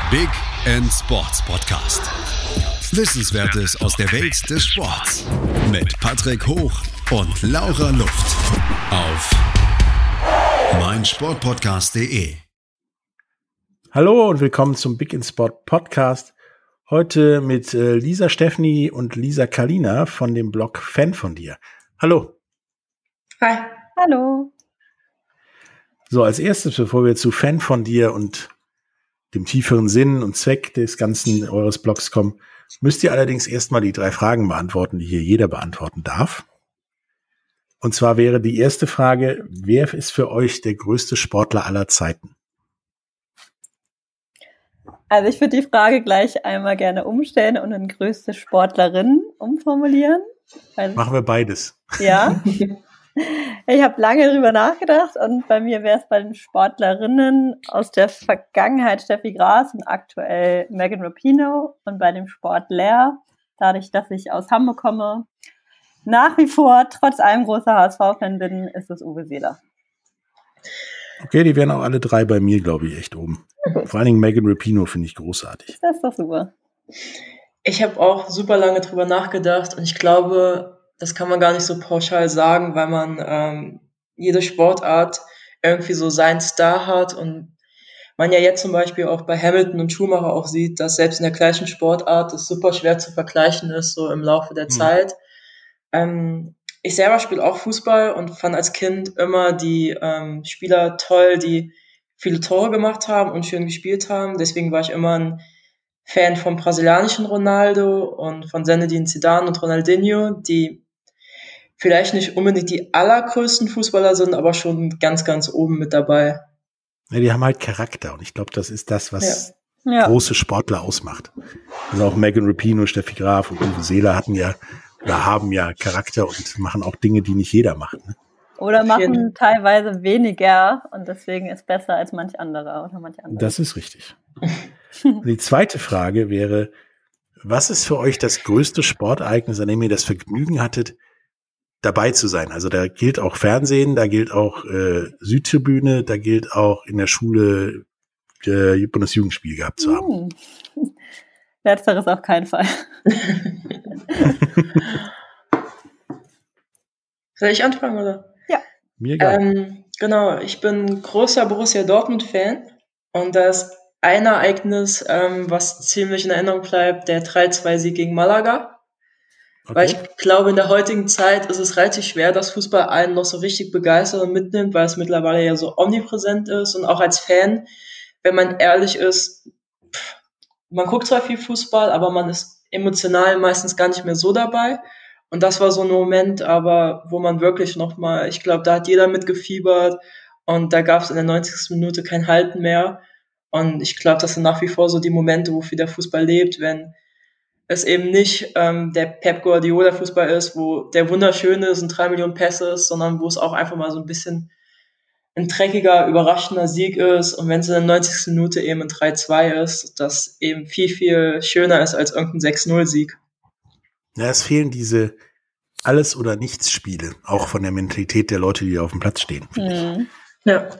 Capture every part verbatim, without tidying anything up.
Big End Sports Podcast. Wissenswertes aus der Welt des Sports. Mit Patrick Hoch und Laura Luft. Auf meinsportpodcast punkt de. Hallo und willkommen zum Big End Sport Podcast. Heute mit äh, Lisa Steffni und Lisa Kalina von dem Blog Fan von dir. Hallo. Hi. Hallo. So, als erstes, bevor wir zu Fan von dir und dem tieferen Sinn und Zweck des ganzen eures Blogs kommen, müsst ihr allerdings erstmal die drei Fragen beantworten, die hier jeder beantworten darf. Und zwar wäre die erste Frage: Wer ist für euch der größte Sportler aller Zeiten? Also ich würde die Frage gleich einmal gerne umstellen und in größte Sportlerin umformulieren. Also, machen wir beides. Ja. Ich habe lange drüber nachgedacht und bei mir wäre es bei den Sportlerinnen aus der Vergangenheit Steffi Graf und aktuell Megan Rapinoe, und bei dem Sportler, dadurch, dass ich aus Hamburg komme, nach wie vor trotz allem großer H S V-Fan bin, ist es Uwe Seeler. Okay, die wären auch alle drei bei mir, glaube ich, echt oben. Vor allen Dingen Megan Rapinoe finde ich großartig. Das ist doch super. Ich habe auch super lange drüber nachgedacht und ich glaube, das kann man gar nicht so pauschal sagen, weil man ähm, jede Sportart irgendwie so seinen Star hat und man ja jetzt zum Beispiel auch bei Hamilton und Schumacher auch sieht, dass selbst in der gleichen Sportart es super schwer zu vergleichen ist, so im Laufe der mhm. Zeit. Ähm, ich selber spiele auch Fußball und fand als Kind immer die ähm, Spieler toll, die viele Tore gemacht haben und schön gespielt haben. Deswegen war ich immer ein Fan vom brasilianischen Ronaldo und von Zinedine Zidane und Ronaldinho, die vielleicht nicht unbedingt die allergrößten Fußballer sind, aber schon ganz, ganz oben mit dabei. Ja, die haben halt Charakter und ich glaube, das ist das, was ja. Ja. große Sportler ausmacht. Also auch Megan Rapinoe, Steffi Graf und Uwe Seeler hatten ja oder haben ja Charakter und machen auch Dinge, die nicht jeder macht. Ne? Oder machen teilweise weniger und deswegen ist besser als manch anderer oder manch andere. Das ist richtig. Die zweite Frage wäre: Was ist für euch das größte Sportereignis, an dem ihr das Vergnügen hattet, dabei zu sein? Also da gilt auch Fernsehen, da gilt auch äh, Südtribüne, da gilt auch in der Schule äh, Bundesjugendspiel gehabt zu haben. Hm. Letzteres auf keinen Fall. Soll ich anfangen, oder? Ja. Mir egal. Ähm, genau, ich bin großer Borussia Dortmund-Fan und das ein Ereignis, ähm, was ziemlich in Erinnerung bleibt, der drei zwei Sieg gegen Malaga. Okay. Weil ich glaube, in der heutigen Zeit ist es relativ schwer, dass Fußball einen noch so richtig begeistert und mitnimmt, weil es mittlerweile ja so omnipräsent ist. Und auch als Fan, wenn man ehrlich ist, pff, man guckt zwar viel Fußball, aber man ist emotional meistens gar nicht mehr so dabei. Und das war so ein Moment, aber wo man wirklich nochmal, ich glaube, da hat jeder mitgefiebert und da gab es in der neunzigsten Minute kein Halten mehr. Und ich glaube, das sind nach wie vor so die Momente, wofür der Fußball lebt, wenn es eben nicht ähm, der Pep Guardiola Fußball ist, wo der wunderschön ist und drei Millionen Pässe ist, sondern wo es auch einfach mal so ein bisschen ein dreckiger, überraschender Sieg ist. Und wenn es in der neunzigsten Minute eben ein drei zwei ist, das eben viel, viel schöner ist als irgendein sechs null Sieg. Ja, es fehlen diese Alles- oder Nichts-Spiele, auch von der Mentalität der Leute, die auf dem Platz stehen. Mhm. Ja.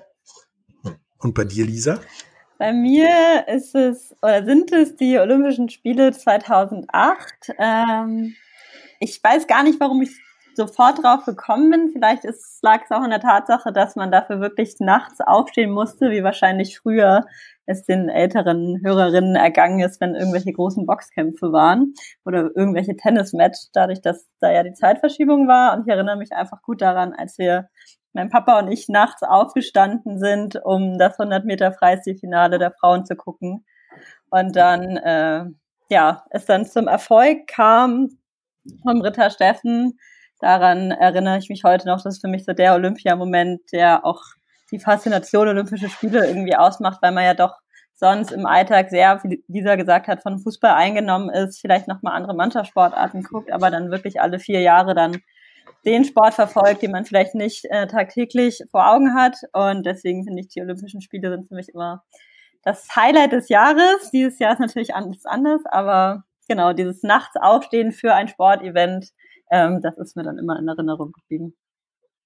Und bei dir, Lisa? Bei mir ist es, oder sind es die Olympischen Spiele zweitausendacht. Ähm, ich weiß gar nicht, warum ich sofort drauf gekommen bin. Vielleicht ist, lag es auch in der Tatsache, dass man dafür wirklich nachts aufstehen musste, wie wahrscheinlich früher es den älteren Hörerinnen ergangen ist, wenn irgendwelche großen Boxkämpfe waren oder irgendwelche Tennismatch, dadurch, dass da ja die Zeitverschiebung war. Und ich erinnere mich einfach gut daran, als wir, mein Papa und ich, nachts aufgestanden sind, um das hundert Meter Freistilfinale der Frauen zu gucken. Und dann, äh, ja, es dann zum Erfolg kam vom Ritter Steffen. Daran erinnere ich mich heute noch. Das ist für mich so der Olympiamoment, der auch die Faszination Olympische Spiele irgendwie ausmacht, weil man ja doch sonst im Alltag sehr, wie Lisa gesagt hat, von Fußball eingenommen ist, vielleicht nochmal andere Mannschaftssportarten guckt, aber dann wirklich alle vier Jahre dann den Sport verfolgt, den man vielleicht nicht äh, tagtäglich vor Augen hat. Und deswegen finde ich, die Olympischen Spiele sind für mich immer das Highlight des Jahres. Dieses Jahr ist natürlich alles anders, aber genau, dieses Nachts aufstehen für ein Sportevent, ähm, das ist mir dann immer in Erinnerung geblieben.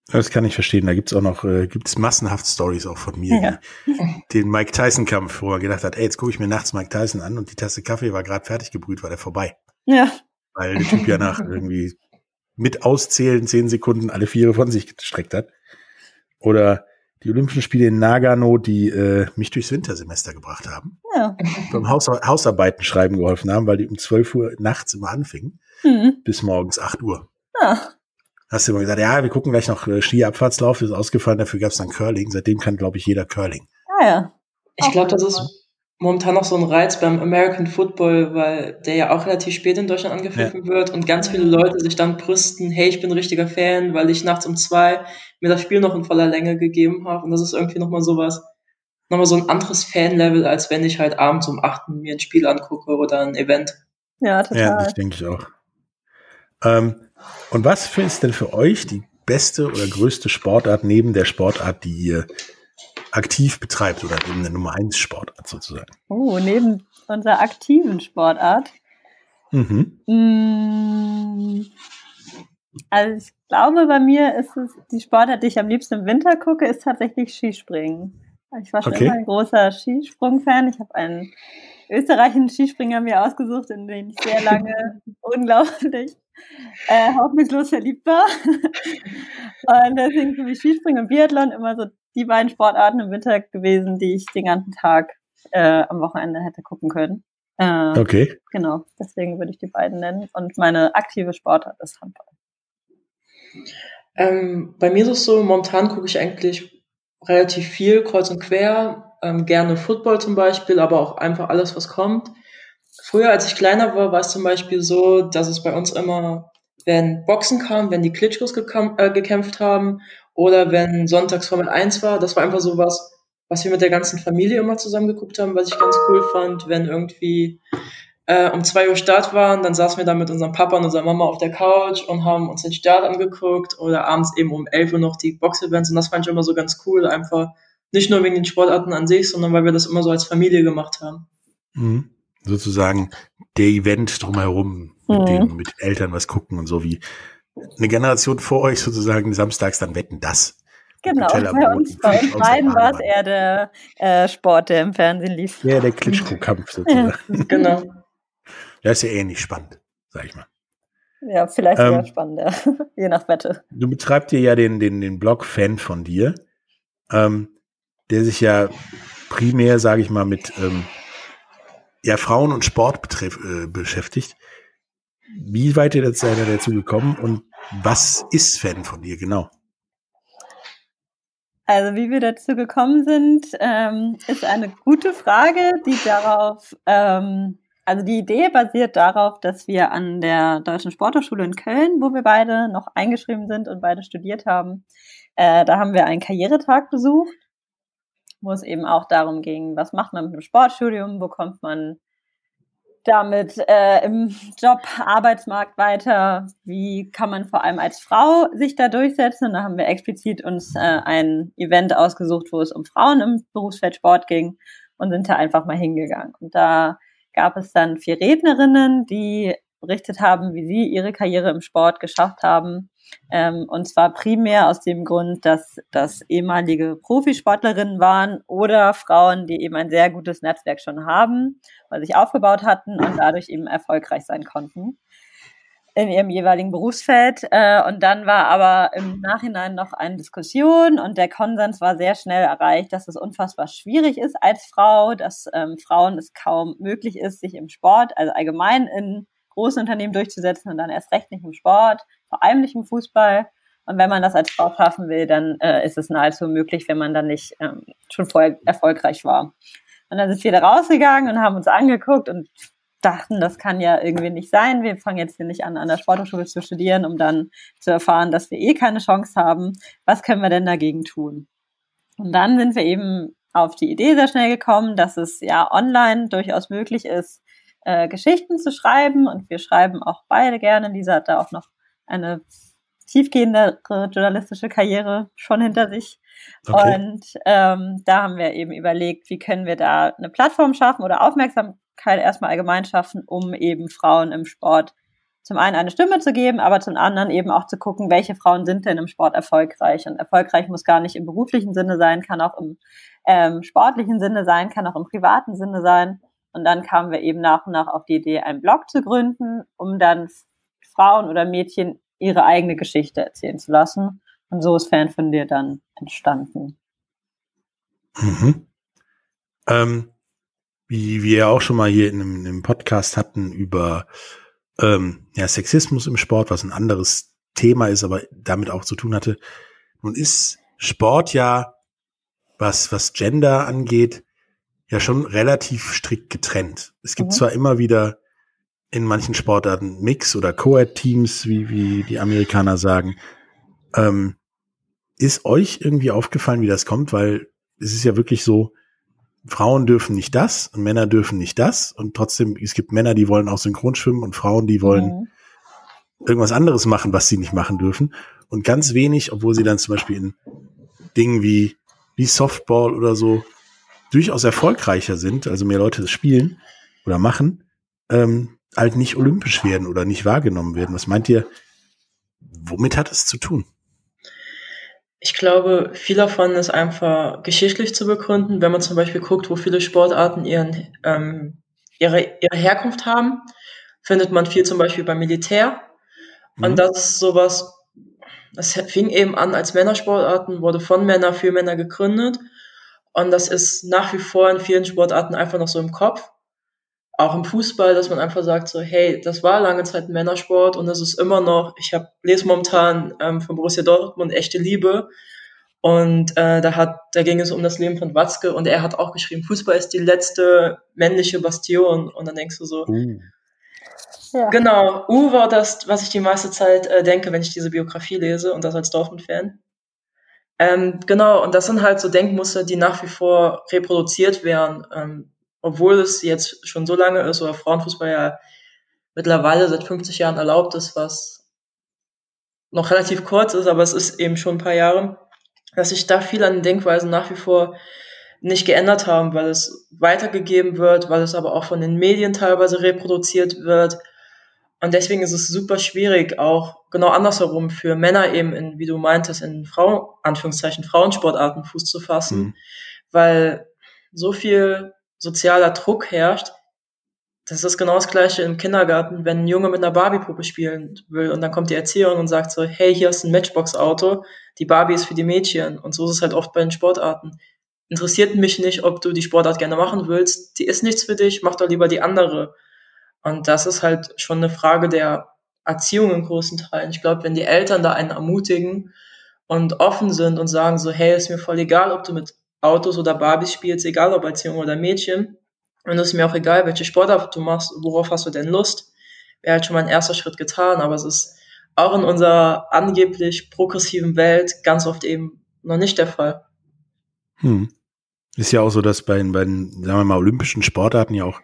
Das kann ich verstehen. Da gibt's auch noch, äh, gibt's massenhaft Stories auch von mir, Ja. wie den Mike Tyson-Kampf, wo er gedacht hat, ey, jetzt gucke ich mir nachts Mike Tyson an und die Tasse Kaffee war gerade fertig gebrüht, war der vorbei. Ja. Weil der Typ ja nach irgendwie mit Auszählen zehn Sekunden alle Viere von sich gestreckt hat. Oder die Olympischen Spiele in Nagano, die äh, mich durchs Wintersemester gebracht haben. Ja. Beim Haus, Hausarbeiten schreiben geholfen haben, weil die um zwölf Uhr nachts immer anfingen, Mhm. bis morgens acht Uhr. Ja. Hast du immer gesagt, ja, wir gucken gleich noch äh, Skiabfahrtslauf, das ist ausgefallen, dafür gab es dann Curling. Seitdem kann, glaube ich, jeder Curling. Ah, ja. Ich glaube, das ist momentan noch so ein Reiz beim American Football, weil der ja auch relativ spät in Deutschland angepfiffen wird und ganz viele Leute sich dann brüsten, hey, ich bin ein richtiger Fan, weil ich nachts um zwei mir das Spiel noch in voller Länge gegeben habe. Und das ist irgendwie nochmal sowas, nochmal so ein anderes Fanlevel, als wenn ich halt abends um acht mir ein Spiel angucke oder ein Event. Ja, total. Ja, das denke ich auch. Ähm, und was ist denn für euch die beste oder größte Sportart neben der Sportart, die ihr aktiv betreibt oder neben der Nummer eins Sportart sozusagen? Oh, neben unserer aktiven Sportart. Mhm. Mm, Also ich glaube, bei mir ist es die Sportart, die ich am liebsten im Winter gucke, ist tatsächlich Skispringen. Ich war schon Okay. immer ein großer Skisprung-Fan. Ich habe einen österreichischen Skispringer mir ausgesucht, in den ich sehr lange unglaublich äh, hoffnungslos verliebt war. Und deswegen für mich Skispringen und Biathlon immer so die beiden Sportarten im Winter gewesen, die ich den ganzen Tag äh, am Wochenende hätte gucken können. Äh, Okay. Genau, deswegen würde ich die beiden nennen. Und meine aktive Sportart ist Handball. Ähm, bei mir ist es so, momentan gucke ich eigentlich relativ viel, kreuz und quer, ähm, gerne Football zum Beispiel, aber auch einfach alles, was kommt. Früher, als ich kleiner war, war es zum Beispiel so, dass es bei uns immer, wenn Boxen kam, wenn die Klitschkos gekam, äh, gekämpft haben oder wenn sonntags Formel eins war, das war einfach so was, was wir mit der ganzen Familie immer zusammen geguckt haben, was ich ganz cool fand, wenn irgendwie äh, um zwei Uhr Start waren, dann saßen wir da mit unserem Papa und unserer Mama auf der Couch und haben uns den Start angeguckt oder abends eben um elf Uhr noch die Box-Events und das fand ich immer so ganz cool, einfach nicht nur wegen den Sportarten an sich, sondern weil wir das immer so als Familie gemacht haben. Mhm. Sozusagen der Event drumherum, mit Mhm. dem mit Eltern was gucken und so wie eine Generation vor euch sozusagen samstags dann wetten das. Genau, Nutella bei Brot uns, und bei Fisch uns aus der beiden war es Badewanne. eher der äh, Sport, der im Fernsehen lief. Ja, der Klitschko-Kampf sozusagen. Genau. Ja, ist ja ähnlich spannend, sag ich mal. Ja, vielleicht Ähm, sogar spannender, je nach Wette. Du betreibst dir ja den, den, den Blog Fan von dir, ähm, der sich ja primär, sage ich mal, mit ähm, ja, Frauen und Sport betreff, äh, beschäftigt. Wie weit ihr seid ihr dazu gekommen und was ist Fan von dir genau? Also wie wir dazu gekommen sind, ähm, ist eine gute Frage, die darauf, ähm, also die Idee basiert darauf, dass wir an der Deutschen Sporthochschule in Köln, wo wir beide noch eingeschrieben sind und beide studiert haben, äh, da haben wir einen Karrieretag besucht, wo es eben auch darum ging, was macht man mit dem Sportstudium, wo kommt man damit äh, im Job, Arbeitsmarkt weiter, wie kann man vor allem als Frau sich da durchsetzen. Und da haben wir explizit uns äh, ein Event ausgesucht, wo es um Frauen im Berufsfeld Sport ging und sind da einfach mal hingegangen. Und da gab es dann vier Rednerinnen, die berichtet haben, wie sie ihre Karriere im Sport geschafft haben. Ähm, und zwar primär aus dem Grund, dass das ehemalige Profisportlerinnen waren oder Frauen, die eben ein sehr gutes Netzwerk schon haben, weil sich aufgebaut hatten und dadurch eben erfolgreich sein konnten in ihrem jeweiligen Berufsfeld. Äh, und dann war aber im Nachhinein noch eine Diskussion und der Konsens war sehr schnell erreicht, dass es unfassbar schwierig ist als Frau, dass ähm, Frauen es kaum möglich ist, sich im Sport, also allgemein in großen Unternehmen durchzusetzen und dann erst recht nicht im Sport, vor allem nicht im Fußball. Und wenn man das als Frau schaffen will, dann äh, ist es nahezu möglich, wenn man dann nicht ähm, schon vorher erfolgreich war. Und dann sind wir da rausgegangen und haben uns angeguckt und dachten, das kann ja irgendwie nicht sein. Wir fangen jetzt hier nicht an, an der Sporthochschule zu studieren, um dann zu erfahren, dass wir eh keine Chance haben. Was können wir denn dagegen tun? Und dann sind wir eben auf die Idee sehr schnell gekommen, dass es ja online durchaus möglich ist, äh, Geschichten zu schreiben. Und wir schreiben auch beide gerne. Lisa hat da auch noch eine tiefgehendere journalistische Karriere schon hinter sich. Okay. Und ähm, da haben wir eben überlegt, wie können wir da eine Plattform schaffen oder Aufmerksamkeit erstmal allgemein schaffen, um eben Frauen im Sport zum einen eine Stimme zu geben, aber zum anderen eben auch zu gucken, welche Frauen sind denn im Sport erfolgreich. Und erfolgreich muss gar nicht im beruflichen Sinne sein, kann auch im ähm, sportlichen Sinne sein, kann auch im privaten Sinne sein. Und dann kamen wir eben nach und nach auf die Idee, einen Blog zu gründen, um dann Frauen oder Mädchen ihre eigene Geschichte erzählen zu lassen. Und so ist Fan von dir dann entstanden. Mhm. Ähm, wie wir ja auch schon mal hier in einem, in einem Podcast hatten über ähm, ja, Sexismus im Sport, was ein anderes Thema ist, aber damit auch zu tun hatte. Nun ist Sport ja, was, was Gender angeht, ja schon relativ strikt getrennt. Es gibt mhm. zwar immer wieder in manchen Sportarten Mix- oder Co-Ed-Teams, wie, wie die Amerikaner sagen. Ähm, ist euch irgendwie aufgefallen, wie das kommt? Weil es ist ja wirklich so, Frauen dürfen nicht das und Männer dürfen nicht das. Und trotzdem, es gibt Männer, die wollen auch synchron schwimmen und Frauen, die wollen mhm. irgendwas anderes machen, was sie nicht machen dürfen. Und ganz wenig, obwohl sie dann zum Beispiel in Dingen wie, wie Softball oder so durchaus erfolgreicher sind, also mehr Leute das spielen oder machen, ähm, halt nicht olympisch werden oder nicht wahrgenommen werden. Was meint ihr, womit hat es zu tun? Ich glaube, viel davon ist einfach geschichtlich zu begründen, wenn man zum Beispiel guckt, wo viele Sportarten ihren, ähm, ihre, ihre Herkunft haben, findet man viel zum Beispiel beim Militär. Mhm. Und das ist sowas, das fing eben an als Männersportarten, wurde von Männern für Männer gegründet. Und das ist nach wie vor in vielen Sportarten einfach noch so im Kopf. Auch im Fußball, dass man einfach sagt so, hey, das war lange Zeit ein Männersport und es ist immer noch, ich hab, lese momentan ähm, von Borussia Dortmund Echte Liebe und äh, da hat, da ging es um das Leben von Watzke und er hat auch geschrieben, Fußball ist die letzte männliche Bastion und dann denkst du so, uh. ja. Genau, U war das, was ich die meiste Zeit äh, denke, wenn ich diese Biografie lese und das als Dortmund-Fan. Ähm, genau, und das sind halt so Denkmuster, die nach wie vor reproduziert werden, ähm, obwohl es jetzt schon so lange ist, oder Frauenfußball ja mittlerweile seit fünfzig Jahren erlaubt ist, was noch relativ kurz ist, aber es ist eben schon ein paar Jahre, dass sich da viel an den Denkweisen nach wie vor nicht geändert haben, weil es weitergegeben wird, weil es aber auch von den Medien teilweise reproduziert wird. Und deswegen ist es super schwierig, auch genau andersherum für Männer eben in, wie du meintest, in Frauen, Anführungszeichen, Frauensportarten Fuß zu fassen, mhm. weil so viel sozialer Druck herrscht. Das ist genau das Gleiche im Kindergarten, wenn ein Junge mit einer Barbie-Puppe spielen will und dann kommt die Erzieherin und sagt so, hey, hier ist ein Matchbox-Auto, die Barbie ist für die Mädchen. Und so ist es halt oft bei den Sportarten. Interessiert mich nicht, ob du die Sportart gerne machen willst, die ist nichts für dich, mach doch lieber die andere. Und das ist halt schon eine Frage der Erziehung in großen Teilen. Ich glaube, wenn die Eltern da einen ermutigen und offen sind und sagen so, hey, ist mir voll egal, ob du mit Autos oder Barbies spielst, egal ob als Junge oder Mädchen, und es ist mir auch egal, welche Sportart du machst, worauf hast du denn Lust, wäre halt schon mal ein erster Schritt getan, aber es ist auch in unserer angeblich progressiven Welt ganz oft eben noch nicht der Fall. Hm. Ist ja auch so, dass bei, bei den, sagen wir mal, olympischen Sportarten ja auch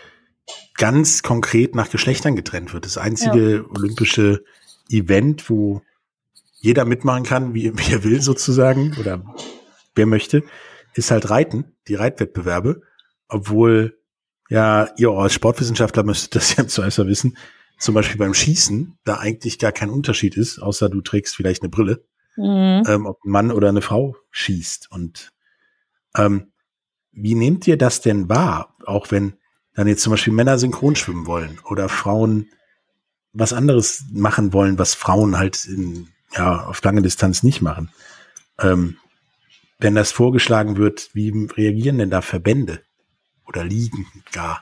ganz konkret nach Geschlechtern getrennt wird. Das einzige ja. olympische Event, wo jeder mitmachen kann, wie, wie er will sozusagen, oder wer möchte, ist halt Reiten, die Reitwettbewerbe. Obwohl, ja, ihr als Sportwissenschaftler müsstet das ja im Zweifel wissen, zum Beispiel beim Schießen, da eigentlich gar kein Unterschied ist, außer du trägst vielleicht eine Brille, mhm. ähm, ob ein Mann oder eine Frau schießt. Und ähm, wie nehmt ihr das denn wahr, auch wenn dann jetzt zum Beispiel Männer synchron schwimmen wollen oder Frauen was anderes machen wollen, was Frauen halt in, ja, auf lange Distanz nicht machen? Ähm, wenn das vorgeschlagen wird, wie reagieren denn da Verbände? Oder liegen gar?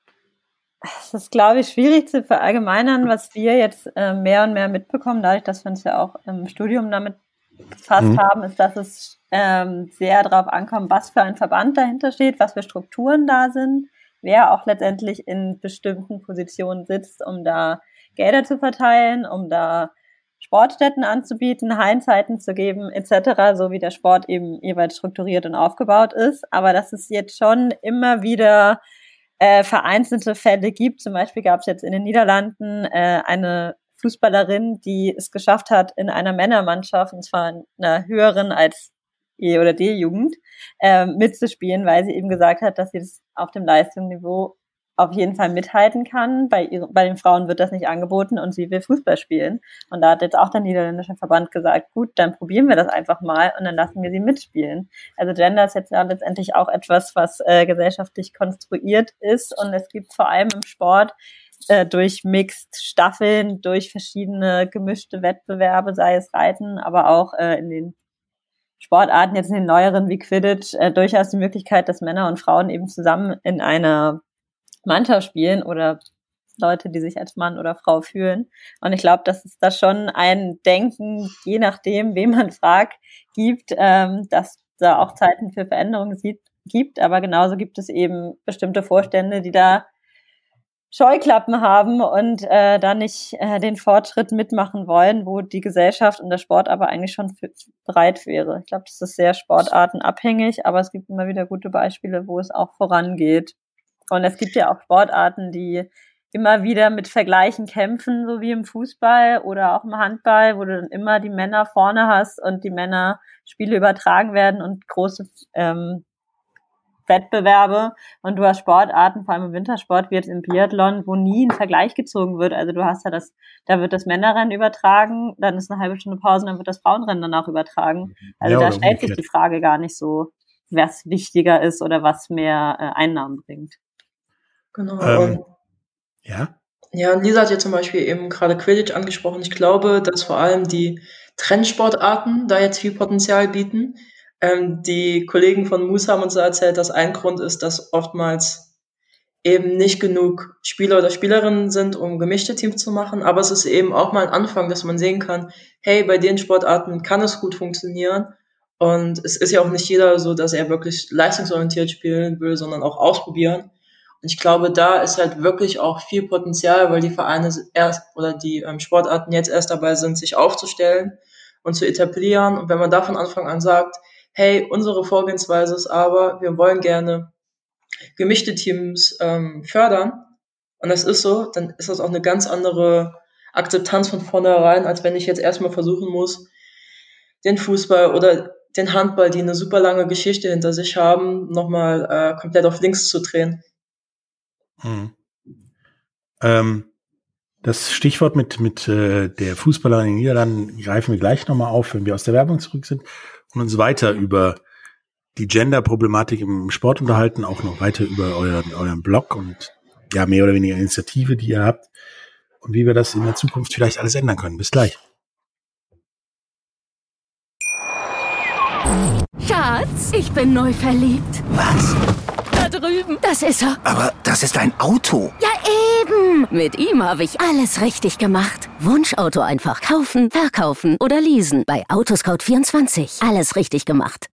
Es ist, glaube ich, schwierig zu verallgemeinern, was wir jetzt äh, mehr und mehr mitbekommen, dadurch, dass wir uns ja auch im Studium damit befasst mhm. haben, ist, dass es ähm, sehr darauf ankommt, was für ein Verband dahinter steht, was für Strukturen da sind, wer auch letztendlich in bestimmten Positionen sitzt, um da Gelder zu verteilen, um da Sportstätten anzubieten, Hallenzeiten zu geben, et cetera, so wie der Sport eben jeweils strukturiert und aufgebaut ist. Aber dass es jetzt schon immer wieder äh, vereinzelte Fälle gibt. Zum Beispiel gab es jetzt in den Niederlanden äh, eine Fußballerin, die es geschafft hat, in einer Männermannschaft, und zwar in einer höheren als E- oder D-Jugend, äh, mitzuspielen, weil sie eben gesagt hat, dass sie das auf dem Leistungsniveau auf jeden Fall mithalten kann. Bei, ihr, bei den Frauen wird das nicht angeboten und sie will Fußball spielen. Und da hat jetzt auch der niederländische Verband gesagt, gut, dann probieren wir das einfach mal und dann lassen wir sie mitspielen. Also Gender ist jetzt ja letztendlich auch etwas, was äh, gesellschaftlich konstruiert ist und es gibt vor allem im Sport äh, durch Mixed-Staffeln, durch verschiedene gemischte Wettbewerbe, sei es Reiten, aber auch äh, in den Sportarten, jetzt in den neueren wie Quidditch, äh, durchaus die Möglichkeit, dass Männer und Frauen eben zusammen in einer Mannschaft spielen oder Leute, die sich als Mann oder Frau fühlen. Und ich glaube, dass es da schon ein Denken, je nachdem, wen man fragt, gibt, ähm, dass da auch Zeiten für Veränderungen sieht, gibt. Aber genauso gibt es eben bestimmte Vorstände, die da Scheuklappen haben und äh, da nicht äh, den Fortschritt mitmachen wollen, wo die Gesellschaft und der Sport aber eigentlich schon für, bereit wäre. Ich glaube, das ist sehr sportartenabhängig, aber es gibt immer wieder gute Beispiele, wo es auch vorangeht. Und es gibt ja auch Sportarten, die immer wieder mit Vergleichen kämpfen, so wie im Fußball oder auch im Handball, wo du dann immer die Männer vorne hast und die Männer Spiele übertragen werden und große ähm, Wettbewerbe. Und du hast Sportarten, vor allem im Wintersport, wie jetzt im Biathlon, wo nie ein Vergleich gezogen wird. Also du hast ja das, da wird das Männerrennen übertragen, dann ist eine halbe Stunde Pause, dann wird das Frauenrennen danach übertragen. Also ja, da stellt sich die Frage gar nicht so, was wichtiger ist oder was mehr äh, Einnahmen bringt. Genau. Ähm, ja? Ja, Lisa hat ja zum Beispiel eben gerade Quidditch angesprochen. Ich glaube, dass vor allem die Trendsportarten da jetzt viel Potenzial bieten. Ähm, die Kollegen von Moose haben uns erzählt, dass ein Grund ist, dass oftmals eben nicht genug Spieler oder Spielerinnen sind, um gemischte Teams zu machen. Aber es ist eben auch mal ein Anfang, dass man sehen kann, hey, bei den Sportarten kann es gut funktionieren. Und es ist ja auch nicht jeder so, dass er wirklich leistungsorientiert spielen will, sondern auch ausprobieren. Und ich glaube, da ist halt wirklich auch viel Potenzial, weil die Vereine erst oder die ähm, Sportarten jetzt erst dabei sind, sich aufzustellen und zu etablieren. Und wenn man da von Anfang an sagt, hey, unsere Vorgehensweise ist aber, wir wollen gerne gemischte Teams ähm, fördern, und das ist so, dann ist das auch eine ganz andere Akzeptanz von vornherein, als wenn ich jetzt erstmal versuchen muss, den Fußball oder den Handball, die eine super lange Geschichte hinter sich haben, nochmal äh, komplett auf links zu drehen. Hm. Ähm, das Stichwort mit, mit äh, der Fußballerin in den Niederlanden greifen wir gleich nochmal auf, wenn wir aus der Werbung zurück sind und uns weiter über die Gender-Problematik im Sport unterhalten, auch noch weiter über euren, euren Blog und ja, mehr oder weniger Initiative, die ihr habt und wie wir das in der Zukunft vielleicht alles ändern können. Bis gleich. Schatz, ich bin neu verliebt. Was? Da drüben. Das ist er. Aber das ist ein Auto. Ja, eben. Mit ihm habe ich alles richtig gemacht. Wunschauto einfach kaufen, verkaufen oder leasen. Bei Autoscout vierundzwanzig. Alles richtig gemacht.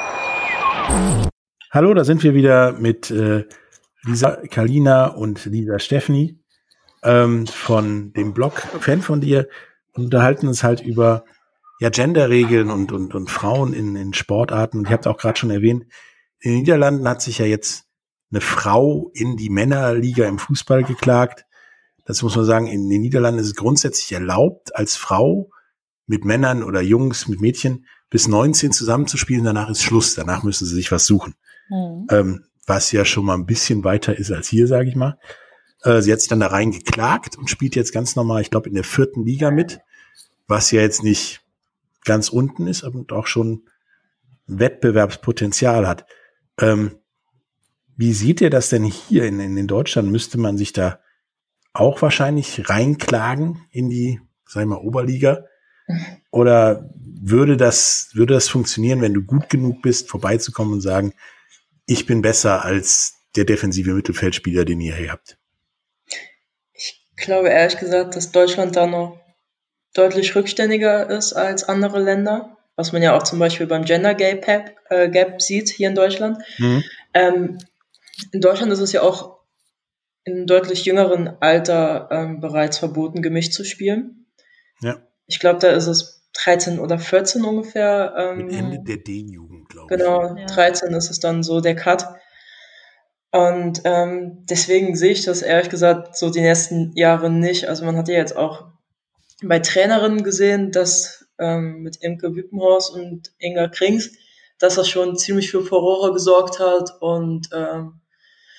Hallo, da sind wir wieder mit äh, Lisa Kalina und Lisa Steffni ähm, von dem Blog Fan von dir und unterhalten uns halt über ja Genderregeln und und und Frauen in in Sportarten. Und ihr habt auch gerade schon erwähnt, in den Niederlanden hat sich ja jetzt eine Frau in die Männerliga im Fußball geklagt. Das muss man sagen, in den Niederlanden ist es grundsätzlich erlaubt, als Frau mit Männern oder Jungs, mit Mädchen bis neunzehn zusammenzuspielen. Danach ist Schluss. Danach müssen sie sich was suchen. Mhm. Ähm, was ja schon mal ein bisschen weiter ist als hier, sage ich mal. Äh, sie hat sich dann da rein geklagt und spielt jetzt ganz normal, ich glaube, in der vierten Liga mit, was ja jetzt nicht ganz unten ist, aber auch schon Wettbewerbspotenzial hat. Ähm, wie seht ihr das denn hier in, in Deutschland? Müsste man sich da auch wahrscheinlich reinklagen in die, sag ich mal, Oberliga? Oder würde das, würde das funktionieren, wenn du gut genug bist, vorbeizukommen und sagen, ich bin besser als der defensive Mittelfeldspieler, den ihr hier habt? Ich glaube ehrlich gesagt, dass Deutschland da noch deutlich rückständiger ist als andere Länder, was man ja auch zum Beispiel beim Gender Gap, äh, Gap sieht hier in Deutschland. Mhm. Ähm, in Deutschland ist es ja auch in einem deutlich jüngeren Alter ähm, bereits verboten, gemischt zu spielen. Ja. Ich glaube, da ist es dreizehn oder vierzehn ungefähr. Ähm, Mit Ende der D-Jugend, glaube ich. Genau, ja. dreizehn ist es dann so der Cut. Und ähm, deswegen sehe ich das ehrlich gesagt so die nächsten Jahre nicht. Also man hat ja jetzt auch bei Trainerinnen gesehen, dass ähm, mit Imke Wippenhorst und Inga Krings, dass das schon ziemlich für Furore gesorgt hat und ähm,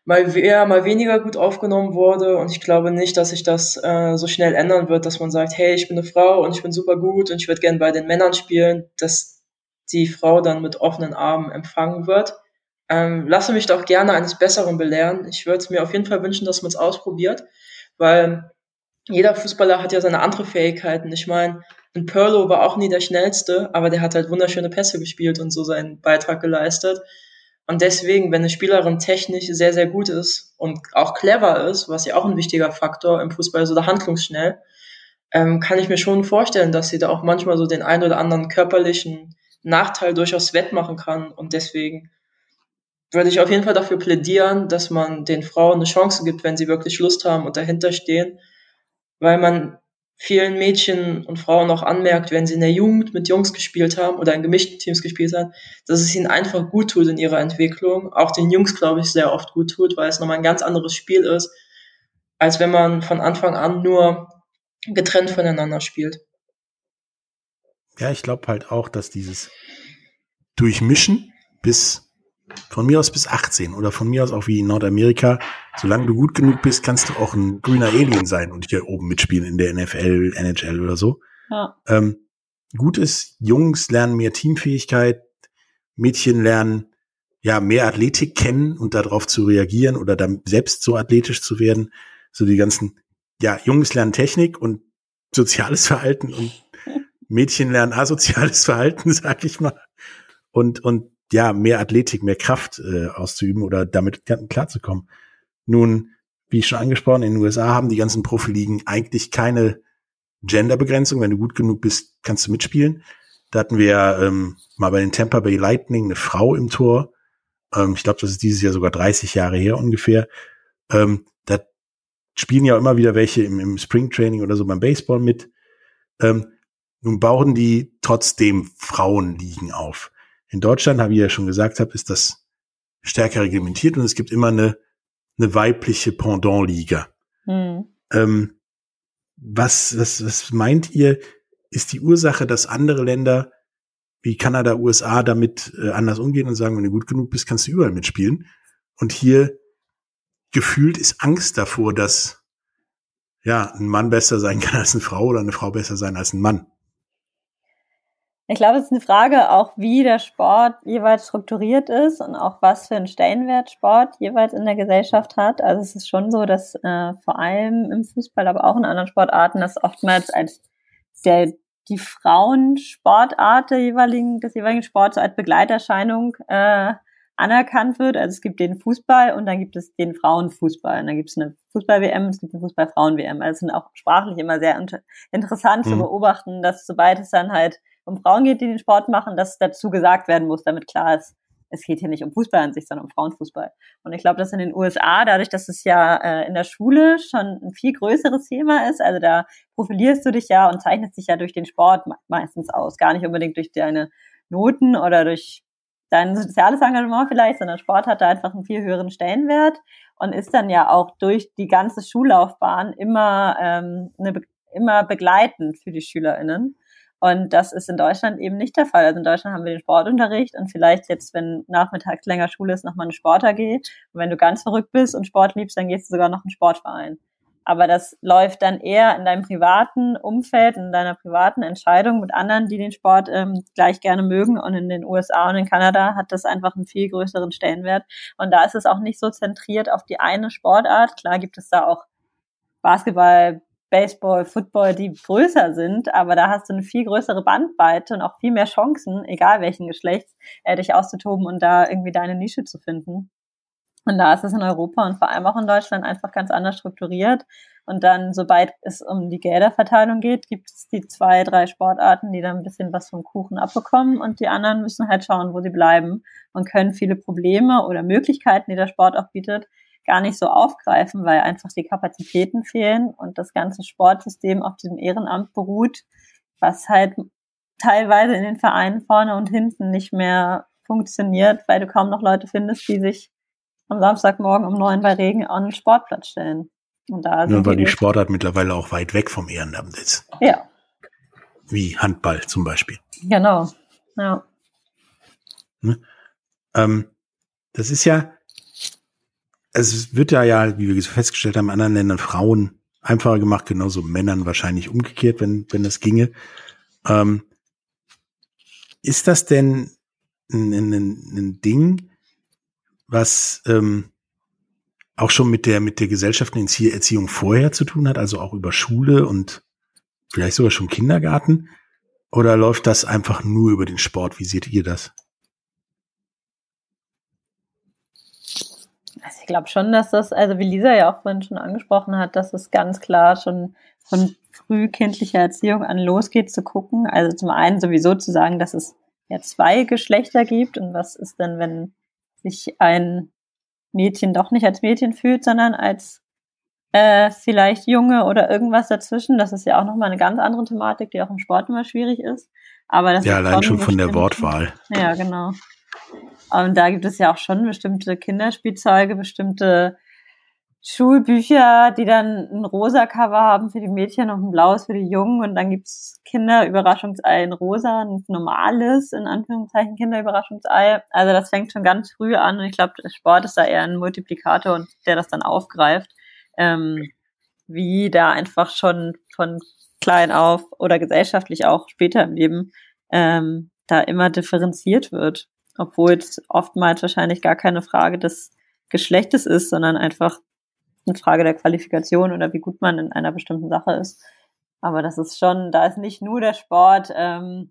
mal eher, mal weniger gut aufgenommen wurde. Und ich glaube nicht, dass sich das äh, so schnell ändern wird, dass man sagt, hey, ich bin eine Frau und ich bin super gut und ich würde gerne bei den Männern spielen, dass die Frau dann mit offenen Armen empfangen wird. Ähm, lasse mich doch gerne eines Besseren belehren. Ich würde mir auf jeden Fall wünschen, dass man es ausprobiert, weil jeder Fußballer hat ja seine andere Fähigkeiten. Ich meine, ein Pirlo war auch nie der Schnellste, aber der hat halt wunderschöne Pässe gespielt und so seinen Beitrag geleistet. Und deswegen, wenn eine Spielerin technisch sehr, sehr gut ist und auch clever ist, was ja auch ein wichtiger Faktor im Fußball ist, oder handlungsschnell, ähm, kann ich mir schon vorstellen, dass sie da auch manchmal so den ein oder anderen körperlichen Nachteil durchaus wettmachen kann. Und deswegen würde ich auf jeden Fall dafür plädieren, dass man den Frauen eine Chance gibt, wenn sie wirklich Lust haben und dahinter stehen, weil man vielen Mädchen und Frauen auch anmerkt, wenn sie in der Jugend mit Jungs gespielt haben oder in gemischten Teams gespielt haben, dass es ihnen einfach gut tut in ihrer Entwicklung. Auch den Jungs, glaube ich, sehr oft gut tut, weil es nochmal ein ganz anderes Spiel ist, als wenn man von Anfang an nur getrennt voneinander spielt. Ja, ich glaube halt auch, dass dieses Durchmischen bis von mir aus bis achtzehn oder von mir aus auch wie in Nordamerika, solange du gut genug bist, kannst du auch ein grüner Alien sein und hier oben mitspielen in der N F L, N H L oder so. Ja. Ähm, gut ist, Jungs lernen mehr Teamfähigkeit, Mädchen lernen ja mehr Athletik kennen und darauf zu reagieren oder dann selbst so athletisch zu werden. So die ganzen, ja, Jungs lernen Technik und soziales Verhalten und Mädchen lernen asoziales Verhalten, sag ich mal. Und, und ja, mehr Athletik, mehr Kraft äh, auszuüben oder damit klarzukommen. Nun, wie schon angesprochen, in den U S A haben die ganzen Profiligen eigentlich keine Genderbegrenzung. Wenn du gut genug bist, kannst du mitspielen. Da hatten wir ähm, mal bei den Tampa Bay Lightning eine Frau im Tor. Ähm, ich glaube, das ist dieses Jahr sogar dreißig Jahre her ungefähr. Ähm, da spielen ja immer wieder welche im, im Springtraining oder so beim Baseball mit. Ähm, nun bauen die trotzdem Frauenligen auf. In Deutschland, wie ich ja schon gesagt habe, ist das stärker reglementiert und es gibt immer eine, eine weibliche Pendant-Liga. Hm. Ähm, was, was, was meint ihr, ist die Ursache, dass andere Länder wie Kanada, U S A damit äh, anders umgehen und sagen, wenn du gut genug bist, kannst du überall mitspielen? Und hier gefühlt ist Angst davor, dass ja ein Mann besser sein kann als eine Frau oder eine Frau besser sein als ein Mann. Ich glaube, es ist eine Frage auch, wie der Sport jeweils strukturiert ist und auch was für einen Stellenwert Sport jeweils in der Gesellschaft hat. Also es ist schon so, dass äh, vor allem im Fußball, aber auch in anderen Sportarten, das oftmals als der die Frauensportart der jeweiligen, des jeweiligen Sports so als Begleiterscheinung äh, anerkannt wird. Also es gibt den Fußball und dann gibt es den Frauenfußball. Und dann gibt es eine Fußball-W M, es gibt eine Fußball-Frauen-W M. Also es sind auch sprachlich immer sehr inter- interessant mhm. zu beobachten, dass sobald es dann halt um Frauen geht, die den Sport machen, dass dazu gesagt werden muss, damit klar ist, es geht hier nicht um Fußball an sich, sondern um Frauenfußball. Und ich glaube, dass in den U S A, dadurch, dass es ja äh, in der Schule schon ein viel größeres Thema ist, also da profilierst du dich ja und zeichnest dich ja durch den Sport meistens aus, gar nicht unbedingt durch deine Noten oder durch dein soziales Engagement vielleicht, sondern Sport hat da einfach einen viel höheren Stellenwert und ist dann ja auch durch die ganze Schullaufbahn immer, ähm, eine, immer begleitend für die SchülerInnen. Und das ist in Deutschland eben nicht der Fall. Also in Deutschland haben wir den Sportunterricht und vielleicht jetzt, wenn nachmittags länger Schule ist, nochmal eine Sport-A G. Und wenn du ganz verrückt bist und Sport liebst, dann gehst du sogar noch in einen Sportverein. Aber das läuft dann eher in deinem privaten Umfeld, in deiner privaten Entscheidung mit anderen, die den Sport ähm, gleich gerne mögen. Und in den U S A und in Kanada hat das einfach einen viel größeren Stellenwert. Und da ist es auch nicht so zentriert auf die eine Sportart. Klar gibt es da auch Basketball, Baseball, Football, die größer sind, aber da hast du eine viel größere Bandbreite und auch viel mehr Chancen, egal welchen Geschlechts, äh, dich auszutoben und da irgendwie deine Nische zu finden. Und da ist es in Europa und vor allem auch in Deutschland einfach ganz anders strukturiert. Und dann, sobald es um die Gelderverteilung geht, gibt es die zwei, drei Sportarten, die dann ein bisschen was vom Kuchen abbekommen und die anderen müssen halt schauen, wo sie bleiben und können viele Probleme oder Möglichkeiten, die der Sport auch bietet, gar nicht so aufgreifen, weil einfach die Kapazitäten fehlen und das ganze Sportsystem auf diesem Ehrenamt beruht, was halt teilweise in den Vereinen vorne und hinten nicht mehr funktioniert, weil du kaum noch Leute findest, die sich am Samstagmorgen um neun bei Regen an den Sportplatz stellen. Und da ja, weil die, die Sportart mittlerweile auch weit weg vom Ehrenamt ist. Ja. Wie Handball zum Beispiel. Genau, ja. Ne? Ähm, das ist ja es wird ja, ja, wie wir festgestellt haben, in anderen Ländern Frauen einfacher gemacht, genauso Männern wahrscheinlich umgekehrt, wenn, wenn das ginge. Ähm, ist das denn ein, ein, ein Ding, was ähm, auch schon mit der, mit der gesellschaftlichen Erziehung vorher zu tun hat, also auch über Schule und vielleicht sogar schon Kindergarten? Oder läuft das einfach nur über den Sport? Wie seht ihr das? Also ich glaube schon, dass das, also wie Lisa ja auch vorhin schon angesprochen hat, dass es ganz klar schon von frühkindlicher Erziehung an losgeht zu gucken. Also zum einen sowieso zu sagen, dass es ja zwei Geschlechter gibt und was ist denn, wenn sich ein Mädchen doch nicht als Mädchen fühlt, sondern als äh, vielleicht Junge oder irgendwas dazwischen. Das ist ja auch nochmal eine ganz andere Thematik, die auch im Sport immer schwierig ist. Aber das ja, ist allein schon von der Wortwahl. Ja, genau. Und da gibt es ja auch schon bestimmte Kinderspielzeuge, bestimmte Schulbücher, die dann ein rosa Cover haben für die Mädchen und ein blaues für die Jungen. Und dann gibt's Kinderüberraschungsei in rosa, ein normales, in Anführungszeichen, Kinderüberraschungsei. Also das fängt schon ganz früh an. Und ich glaube, der Sport ist da eher ein Multiplikator und der das dann aufgreift, ähm, wie da einfach schon von klein auf oder gesellschaftlich auch später im Leben ähm, da immer differenziert wird. Obwohl es oftmals wahrscheinlich gar keine Frage des Geschlechtes ist, sondern einfach eine Frage der Qualifikation oder wie gut man in einer bestimmten Sache ist. Aber das ist schon, da ist nicht nur der Sport ähm,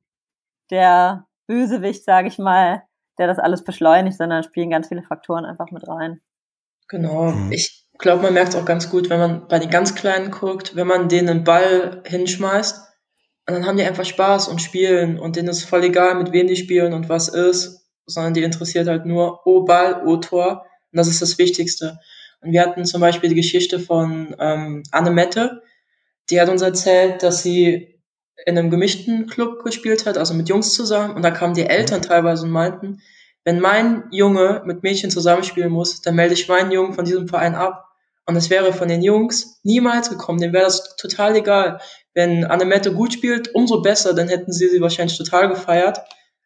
der Bösewicht, sage ich mal, der das alles beschleunigt, sondern spielen ganz viele Faktoren einfach mit rein. Genau. Ich glaube, man merkt es auch ganz gut, wenn man bei den ganz Kleinen guckt, wenn man denen einen Ball hinschmeißt und dann haben die einfach Spaß und spielen und denen ist voll egal, mit wem die spielen und was ist, sondern die interessiert halt nur, oh Ball, oh Tor, und das ist das Wichtigste. Und wir hatten zum Beispiel die Geschichte von ähm, Annemette, die hat uns erzählt, dass sie in einem gemischten Club gespielt hat, also mit Jungs zusammen, und da kamen die Eltern teilweise und meinten, wenn mein Junge mit Mädchen zusammenspielen muss, dann melde ich meinen Jungen von diesem Verein ab. Und das wäre von den Jungs niemals gekommen, denen wäre das total egal. Wenn Annemette gut spielt, umso besser, dann hätten sie sie wahrscheinlich total gefeiert.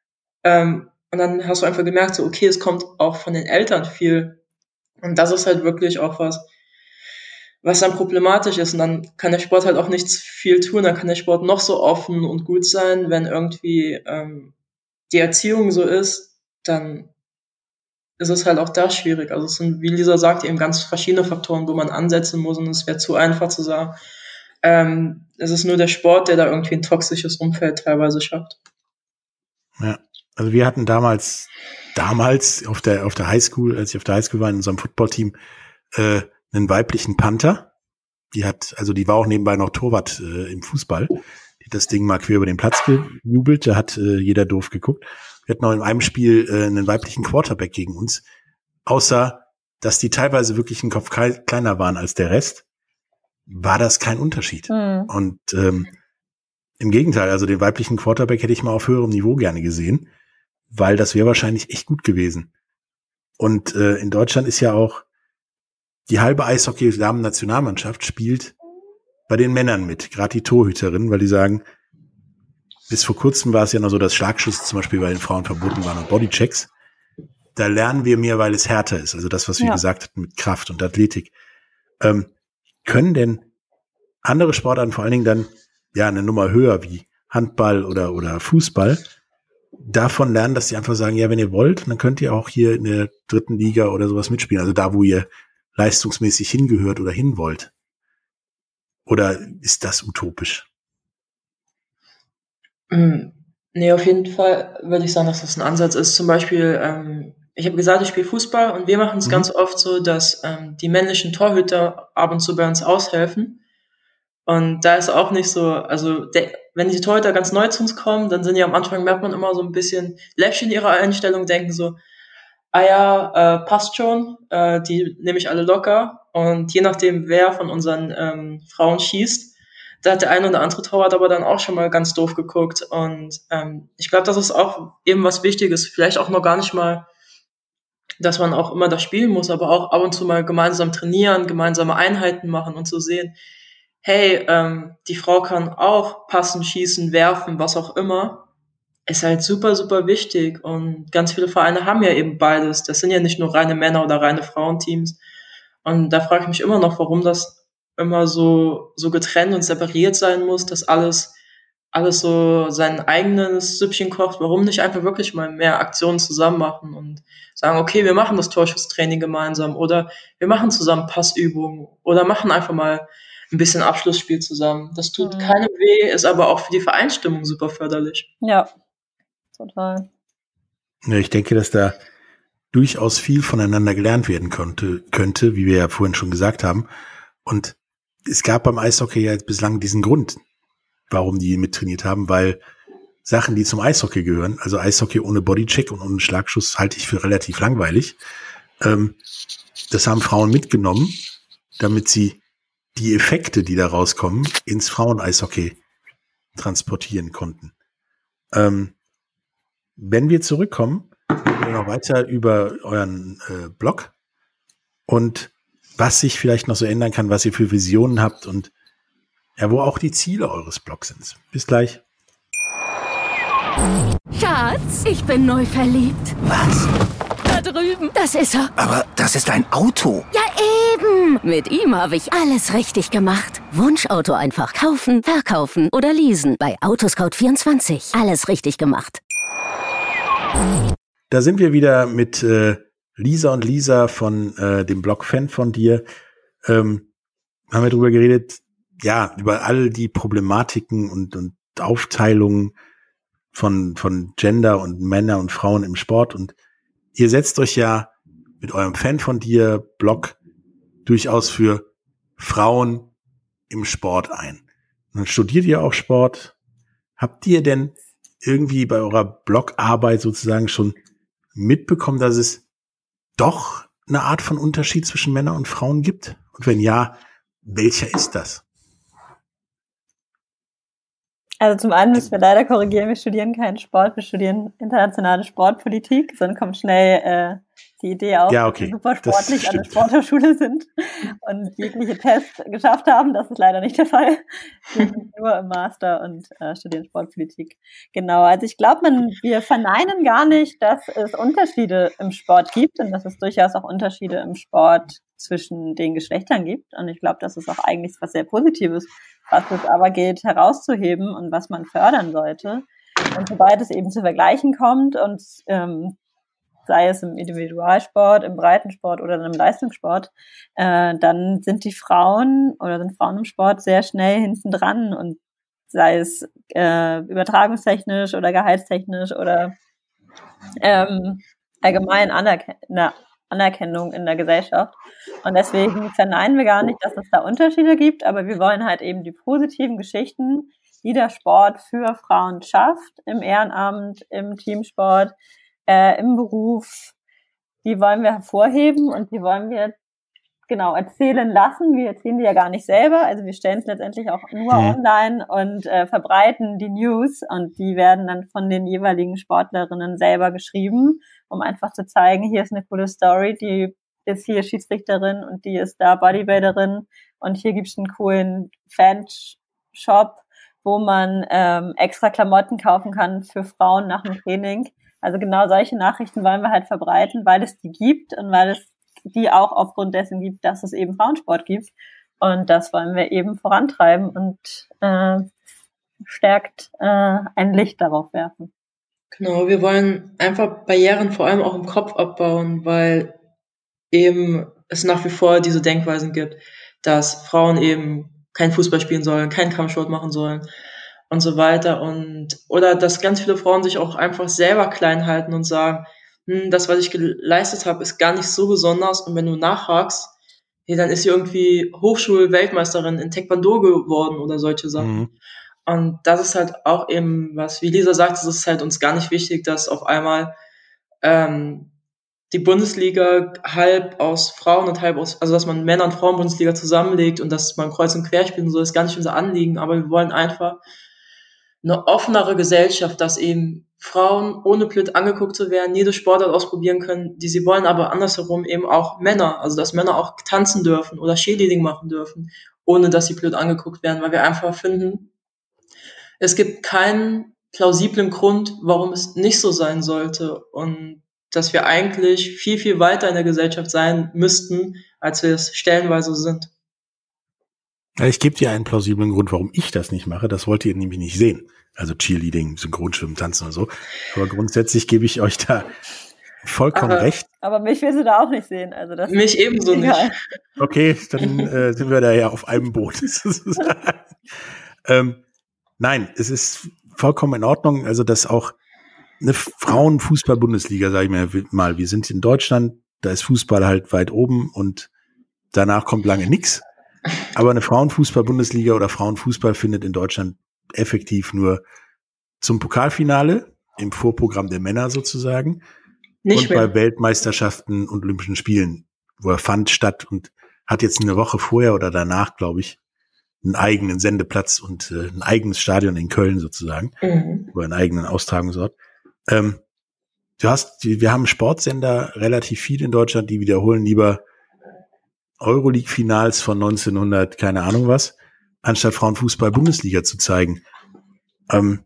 Ähm, und dann hast du einfach gemerkt, so okay, es kommt auch von den Eltern viel. Und das ist halt wirklich auch was, was dann problematisch ist. Und dann kann der Sport halt auch nichts viel tun. Dann kann der Sport noch so offen und gut sein, wenn irgendwie ähm, die Erziehung so ist, dann ist es halt auch da schwierig. Also es sind, wie Lisa sagt, eben ganz verschiedene Faktoren, wo man ansetzen muss, und es wäre zu einfach zu sagen, ähm, es ist nur der Sport, der da irgendwie ein toxisches Umfeld teilweise schafft. Ja, also wir hatten damals, damals auf der auf der Highschool, als ich auf der Highschool war, in unserem Footballteam, äh, einen weiblichen Panther. Die hat, also die war auch nebenbei noch Torwart äh, im Fußball. Die hat das Ding mal quer über den Platz gejubelt, da hat äh, jeder doof geguckt. Wir hatten auch in einem Spiel äh, einen weiblichen Quarterback gegen uns, außer dass die teilweise wirklich einen Kopf kleiner waren als der Rest, war das kein Unterschied. Mhm. Und ähm, im Gegenteil, also den weiblichen Quarterback hätte ich mal auf höherem Niveau gerne gesehen, weil das wäre wahrscheinlich echt gut gewesen. Und äh, in Deutschland ist ja auch die halbe Eishockey-Damen-Nationalmannschaft spielt bei den Männern mit, gerade die Torhüterin, weil die sagen, bis vor kurzem war es ja noch so, dass Schlagschüsse zum Beispiel bei den Frauen verboten waren und Bodychecks. Da lernen wir mehr, weil es härter ist. Also das, was wir ja. gesagt hatten mit Kraft und Athletik. Ähm, können denn andere Sportarten vor allen Dingen dann ja eine Nummer höher wie Handball oder oder Fußball davon lernen, dass sie einfach sagen, ja, wenn ihr wollt, dann könnt ihr auch hier in der dritten Liga oder sowas mitspielen. Also da, wo ihr leistungsmäßig hingehört oder hin wollt. Oder ist das utopisch? Nee, auf jeden Fall würde ich sagen, dass das ein Ansatz ist. Zum Beispiel, ähm, ich habe gesagt, ich spiele Fußball und wir machen es mhm. ganz oft so, dass ähm, die männlichen Torhüter ab und zu bei uns aushelfen. Und da ist auch nicht so, also der, wenn die Torhüter ganz neu zu uns kommen, dann sind ja am Anfang, merkt man immer so ein bisschen läppisch in ihrer Einstellung, denken so, ah ja, äh, passt schon, äh, die nehme ich alle locker. Und je nachdem, wer von unseren ähm, Frauen schießt, da hat der eine oder andere Torwart aber dann auch schon mal ganz doof geguckt. Und ähm, ich glaube, das ist auch eben was Wichtiges. Vielleicht auch noch gar nicht mal, dass man auch immer das spielen muss, aber auch ab und zu mal gemeinsam trainieren, gemeinsame Einheiten machen und so sehen, hey, ähm, die Frau kann auch passen, schießen, werfen, was auch immer. Ist halt super, super wichtig. Und ganz viele Vereine haben ja eben beides. Das sind ja nicht nur reine Männer- oder reine Frauenteams. Und da frage ich mich immer noch, warum das immer so, so getrennt und separiert sein muss, dass alles, alles so sein eigenes Süppchen kocht. Warum nicht einfach wirklich mal mehr Aktionen zusammen machen und sagen, okay, wir machen das Torschusstraining gemeinsam oder wir machen zusammen Passübungen oder machen einfach mal ein bisschen Abschlussspiel zusammen. Das tut mhm. keinem weh, ist aber auch für die Vereinsstimmung super förderlich. Ja, total. Ja, ich denke, dass da durchaus viel voneinander gelernt werden könnte, könnte, wie wir ja vorhin schon gesagt haben. Und es gab beim Eishockey ja bislang diesen Grund, warum die mittrainiert haben, weil Sachen, die zum Eishockey gehören, also Eishockey ohne Bodycheck und ohne Schlagschuss, halte ich für relativ langweilig. Ähm, das haben Frauen mitgenommen, damit sie die Effekte, die da rauskommen, ins Frauen-Eishockey transportieren konnten. Ähm, wenn wir zurückkommen, reden wir noch weiter über euren äh, Blog und was sich vielleicht noch so ändern kann, was ihr für Visionen habt und ja, wo auch die Ziele eures Blogs sind. Bis gleich. Schatz, ich bin neu verliebt. Was? Da drüben. Das ist er. Aber das ist ein Auto. Ja, eben. Mit ihm habe ich alles richtig gemacht. Wunschauto einfach kaufen, verkaufen oder leasen. Bei Autoscout vierundzwanzig. Alles richtig gemacht. Da sind wir wieder mit äh, Lisa und Lisa von äh, dem Blog Fan von dir. Ähm, haben wir drüber geredet, ja, über all die Problematiken und, und Aufteilungen von, von Gender und Männer und Frauen im Sport. Und ihr setzt euch ja mit eurem Fan von dir Blog durchaus für Frauen im Sport ein. Und dann studiert ihr auch Sport. Habt ihr denn irgendwie bei eurer Blogarbeit sozusagen schon mitbekommen, dass es doch eine Art von Unterschied zwischen Männern und Frauen gibt? Und wenn ja, welcher ist das? Also zum einen müssen wir leider korrigieren, wir studieren keinen Sport, wir studieren internationale Sportpolitik, sonst kommt schnell äh, die Idee auf, ja, okay. dass wir super sportlich an der Sporthochschule sind und jegliche Tests geschafft haben. Das ist leider nicht der Fall. Wir sind nur im Master und äh, studieren Sportpolitik. Genau, also ich glaube, man wir verneinen gar nicht, dass es Unterschiede im Sport gibt und dass es durchaus auch Unterschiede im Sport zwischen den Geschlechtern gibt. Und ich glaube, das ist auch eigentlich was sehr Positives, was es aber gilt herauszuheben und was man fördern sollte. Und sobald es eben zu Vergleichen kommt und ähm, sei es im Individualsport, im Breitensport oder im Leistungssport, äh, dann sind die Frauen oder sind Frauen im Sport sehr schnell hinten dran und sei es äh, übertragungstechnisch oder gehaltstechnisch oder ähm, allgemein Anerken- na, Anerkennung in der Gesellschaft. Und deswegen verneinen wir gar nicht, dass es da Unterschiede gibt, aber wir wollen halt eben die positiven Geschichten, die der Sport für Frauen schafft, im Ehrenamt, im Teamsport, äh, im Beruf, die wollen wir hervorheben und die wollen wir genau erzählen lassen. Wir erzählen die ja gar nicht selber, also wir stellen es letztendlich auch nur mhm. online und äh, verbreiten die News und die werden dann von den jeweiligen Sportlerinnen selber geschrieben, um einfach zu zeigen, hier ist eine coole Story, die ist hier Schiedsrichterin und die ist da Bodybuilderin und hier gibt's einen coolen Fanshop, wo man ähm, extra Klamotten kaufen kann für Frauen nach dem Training. Also genau solche Nachrichten wollen wir halt verbreiten, weil es die gibt und weil es die auch aufgrund dessen gibt, dass es eben Frauensport gibt. Und das wollen wir eben vorantreiben und äh, stärkt äh, ein Licht darauf werfen. Genau, wir wollen einfach Barrieren vor allem auch im Kopf abbauen, weil eben es nach wie vor diese Denkweisen gibt, dass Frauen eben kein Fußball spielen sollen, keinen Kampfsport machen sollen und so weiter. Und oder dass ganz viele Frauen sich auch einfach selber klein halten und sagen, hm, das, was ich geleistet habe, ist gar nicht so besonders. Und wenn du nachhakst, hey, dann ist sie irgendwie Hochschul-Weltmeisterin in Taekwondo geworden oder solche Sachen. Mhm. Und das ist halt auch eben was, wie Lisa sagt, es ist halt uns gar nicht wichtig, dass auf einmal ähm, die Bundesliga halb aus Frauen und halb aus, also dass man Männer- und Frauen-Bundesliga zusammenlegt und dass man kreuz und quer spielen soll, ist gar nicht unser Anliegen. Aber wir wollen einfach eine offenere Gesellschaft, dass eben Frauen ohne blöd angeguckt zu werden, jede Sportart ausprobieren können, die sie wollen, aber andersherum eben auch Männer, also dass Männer auch tanzen dürfen oder Cheerleading machen dürfen, ohne dass sie blöd angeguckt werden, weil wir einfach finden, es gibt keinen plausiblen Grund, warum es nicht so sein sollte. Und dass wir eigentlich viel, viel weiter in der Gesellschaft sein müssten, als wir es stellenweise sind. Ja, ich gebe dir einen plausiblen Grund, warum ich das nicht mache. Das wollt ihr nämlich nicht sehen. Also Cheerleading, Synchronschwimmen, Tanzen und so. Aber grundsätzlich gebe ich euch da vollkommen aber, recht. Aber mich willst du da auch nicht sehen. Also das mich ebenso egal. nicht. Okay, dann äh, sind wir da ja auf einem Boot. ähm, nein, es ist vollkommen in Ordnung. Also, dass auch eine Frauenfußball-Bundesliga, sage ich mir mal, wir sind in Deutschland, da ist Fußball halt weit oben und danach kommt lange nichts. Aber eine Frauenfußball-Bundesliga oder Frauenfußball findet in Deutschland effektiv nur zum Pokalfinale, im Vorprogramm der Männer sozusagen, Nicht und mehr. bei Weltmeisterschaften und Olympischen Spielen, wo er fand statt und hat jetzt eine Woche vorher oder danach, glaube ich, einen eigenen Sendeplatz und äh, ein eigenes Stadion in Köln sozusagen, mhm. wo er einen eigenen Austragungsort. Ähm, du hast, wir haben Sportsender relativ viel in Deutschland, die wiederholen lieber Euroleague-Finals von neunzehnhundert, keine Ahnung was, anstatt Frauenfußball-Bundesliga zu zeigen. Ähm,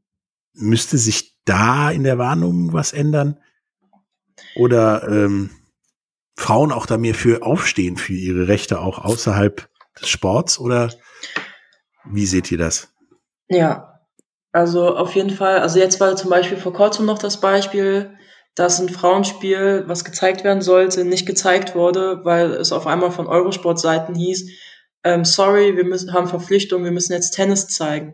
müsste sich da in der Wahrnehmung was ändern? Oder ähm, Frauen auch da mehr für aufstehen, für ihre Rechte auch außerhalb des Sports? Oder wie seht ihr das? Ja, also auf jeden Fall. Also jetzt war zum Beispiel vor kurzem noch das Beispiel, dass ein Frauenspiel, was gezeigt werden sollte, nicht gezeigt wurde, weil es auf einmal von Eurosport-Seiten hieß, ähm, sorry, wir müssen haben Verpflichtungen, wir müssen jetzt Tennis zeigen.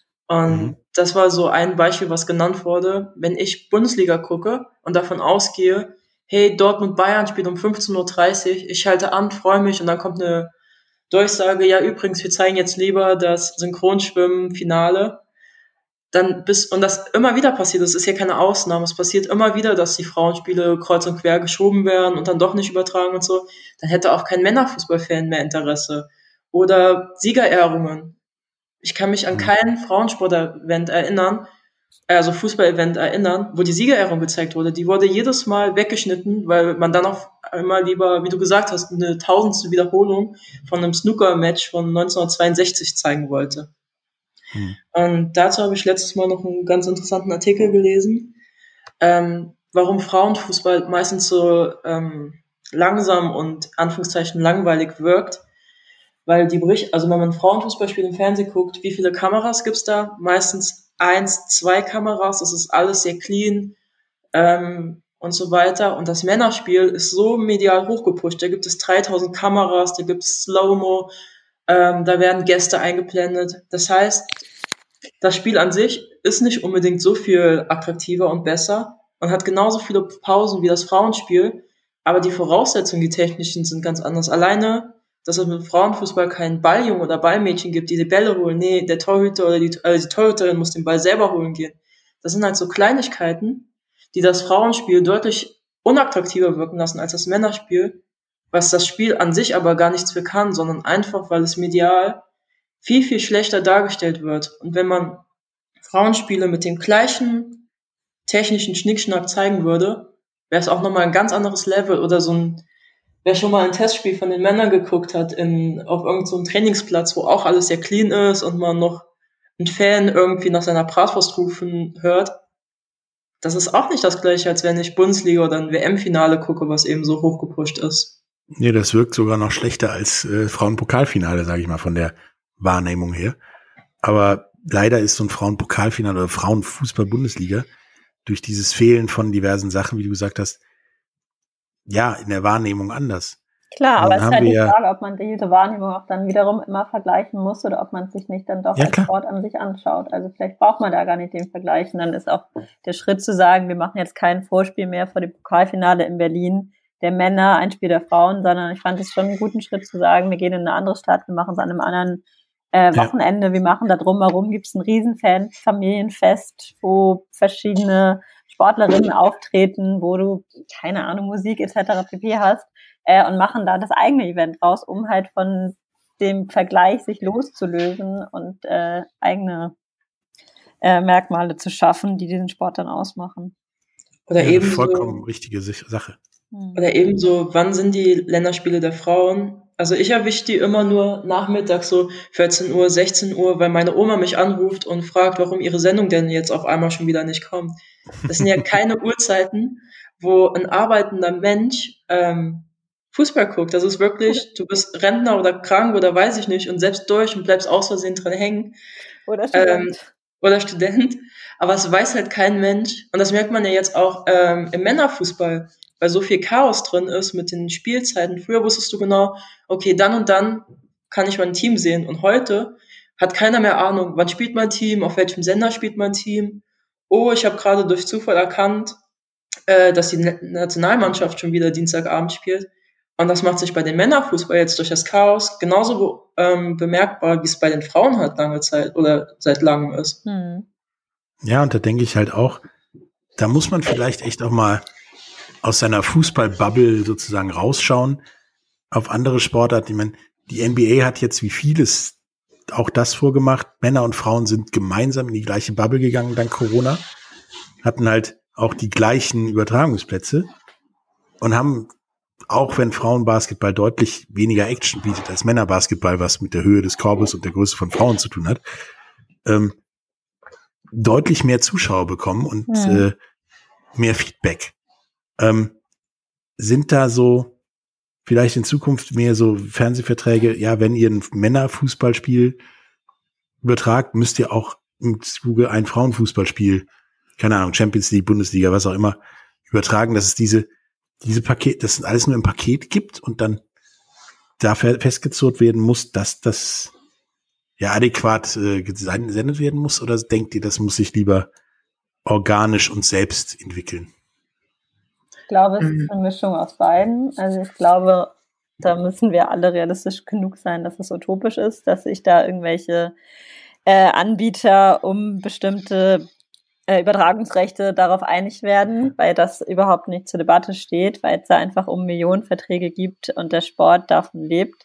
Und mhm. das war so ein Beispiel, was genannt wurde. Wenn ich Bundesliga gucke und davon ausgehe, hey, Dortmund-Bayern spielt um fünfzehn Uhr dreißig, ich schalte an, freue mich und dann kommt eine Durchsage, ja übrigens, wir zeigen jetzt lieber das Synchronschwimmen-Finale. Dann bis, und das immer wieder passiert, das ist ja keine Ausnahme, es passiert immer wieder, dass die Frauenspiele kreuz und quer geschoben werden und dann doch nicht übertragen und so, dann hätte auch kein Männerfußballfan mehr Interesse. Oder Siegerehrungen. Ich kann mich an kein Frauensport-Event erinnern, also Fußball-Event erinnern, wo die Siegerehrung gezeigt wurde. Die wurde jedes Mal weggeschnitten, weil man dann auf einmal lieber, wie du gesagt hast, eine tausendste Wiederholung von einem Snooker-Match von neunzehnhundertzweiundsechzig zeigen wollte. Hm. Und dazu habe ich letztes Mal noch einen ganz interessanten Artikel gelesen, ähm, warum Frauenfußball meistens so ähm, langsam und Anführungszeichen langweilig wirkt, weil die Bericht, also wenn man Frauenfußballspiel im Fernsehen guckt, wie viele Kameras gibt's da? Meistens eins, zwei Kameras, das ist alles sehr clean ähm, und so weiter. Und das Männerspiel ist so medial hochgepusht, da gibt es dreitausend Kameras, da gibt es Slow-Mo, Ähm, da werden Gäste eingeblendet. Das heißt, das Spiel an sich ist nicht unbedingt so viel attraktiver und besser und hat genauso viele Pausen wie das Frauenspiel, aber die Voraussetzungen, die technischen, sind ganz anders. Alleine, dass es mit Frauenfußball keinen Balljungen oder Ballmädchen gibt, die die Bälle holen. Nee, der Torhüter oder die, äh, die Torhüterin muss den Ball selber holen gehen. Das sind halt so Kleinigkeiten, die das Frauenspiel deutlich unattraktiver wirken lassen als das Männerspiel, was das Spiel an sich aber gar nichts für kann, sondern einfach, weil es medial viel, viel schlechter dargestellt wird. Und wenn man Frauenspiele mit dem gleichen technischen Schnickschnack zeigen würde, wäre es auch nochmal ein ganz anderes Level. Oder so ein, wer schon mal ein Testspiel von den Männern geguckt hat, in, auf irgendeinem so Trainingsplatz, wo auch alles sehr clean ist und man noch einen Fan irgendwie nach seiner Bratwurst rufen hört, das ist auch nicht das Gleiche, als wenn ich Bundesliga oder ein W M-Finale gucke, was eben so hochgepusht ist. Nee, das wirkt sogar noch schlechter als äh, Frauenpokalfinale, sage ich mal, von der Wahrnehmung her. Aber leider ist so ein Frauenpokalfinale oder Frauenfußball-Bundesliga durch dieses Fehlen von diversen Sachen, wie du gesagt hast, ja, in der Wahrnehmung anders. Klar, aber es ist halt die Frage, ob man diese Wahrnehmung auch dann wiederum immer vergleichen muss oder ob man sich nicht dann doch ja, als klar. Sport an sich anschaut. Also vielleicht braucht man da gar nicht den Vergleich. Und dann ist auch der Schritt zu sagen, wir machen jetzt kein Vorspiel mehr vor dem Pokalfinale in Berlin der Männer, ein Spiel der Frauen, sondern ich fand es schon einen guten Schritt zu sagen, wir gehen in eine andere Stadt, wir machen es an einem anderen äh, Wochenende, ja. wir machen da drumherum, gibt es ein Riesenfan, Familienfest, wo verschiedene Sportlerinnen auftreten, wo du, keine Ahnung, Musik et cetera pp. Hast äh, und machen da das eigene Event raus, um halt von dem Vergleich sich loszulösen und äh, eigene äh, Merkmale zu schaffen, die diesen Sport dann ausmachen. Oder ja, eben vollkommen so, richtige Sache. Oder ebenso, wann sind die Länderspiele der Frauen? Also ich erwische die immer nur nachmittags so vierzehn Uhr, sechzehn Uhr, weil meine Oma mich anruft und fragt, warum ihre Sendung denn jetzt auf einmal schon wieder nicht kommt. Das sind ja keine Uhrzeiten, wo ein arbeitender Mensch ähm, Fußball guckt. Das ist wirklich, du bist Rentner oder krank oder weiß ich nicht und selbst durch und bleibst aus Versehen dran hängen. Oder Student. Ähm, oder Student. Aber es weiß halt kein Mensch. Und das merkt man ja jetzt auch ähm, im Männerfußball, weil so viel Chaos drin ist mit den Spielzeiten. Früher wusstest du genau, okay, dann und dann kann ich mein Team sehen. Und heute hat keiner mehr Ahnung, wann spielt mein Team, auf welchem Sender spielt mein Team. Oh, ich habe gerade durch Zufall erkannt, äh, dass die Nationalmannschaft schon wieder Dienstagabend spielt. Und das macht sich bei dem Männerfußball jetzt durch das Chaos genauso ähm, bemerkbar, wie es bei den Frauen halt lange Zeit oder seit langem ist. Hm. Ja, und da denke ich halt auch, da muss man vielleicht echt auch mal aus seiner Fußball-Bubble sozusagen rausschauen auf andere Sportarten. Ich meine, die N B A hat jetzt wie vieles auch das vorgemacht. Männer und Frauen sind gemeinsam in die gleiche Bubble gegangen dank Corona, hatten halt auch die gleichen Übertragungsplätze und haben, auch wenn Frauenbasketball deutlich weniger Action bietet als Männerbasketball, was mit der Höhe des Korbes und der Größe von Frauen zu tun hat, ähm, deutlich mehr Zuschauer bekommen und Mhm. äh, mehr Feedback. Ähm, sind da so vielleicht in Zukunft mehr so Fernsehverträge, ja, wenn ihr ein Männerfußballspiel übertragt, müsst ihr auch im Zuge ein Frauenfußballspiel, keine Ahnung, Champions League, Bundesliga, was auch immer, übertragen, dass es diese diese Paket, dass es alles nur im Paket gibt und dann da fe- festgezurrt werden muss, dass das ja adäquat äh, gesendet werden muss, oder denkt ihr, das muss sich lieber organisch und selbst entwickeln? Ich glaube, es Mhm. ist eine Mischung aus beiden. Also ich glaube, da müssen wir alle realistisch genug sein, dass es utopisch ist, dass sich da irgendwelche äh, Anbieter um bestimmte äh, Übertragungsrechte darauf einig werden, weil das überhaupt nicht zur Debatte steht, weil es da einfach um Millionenverträge gibt und der Sport davon lebt,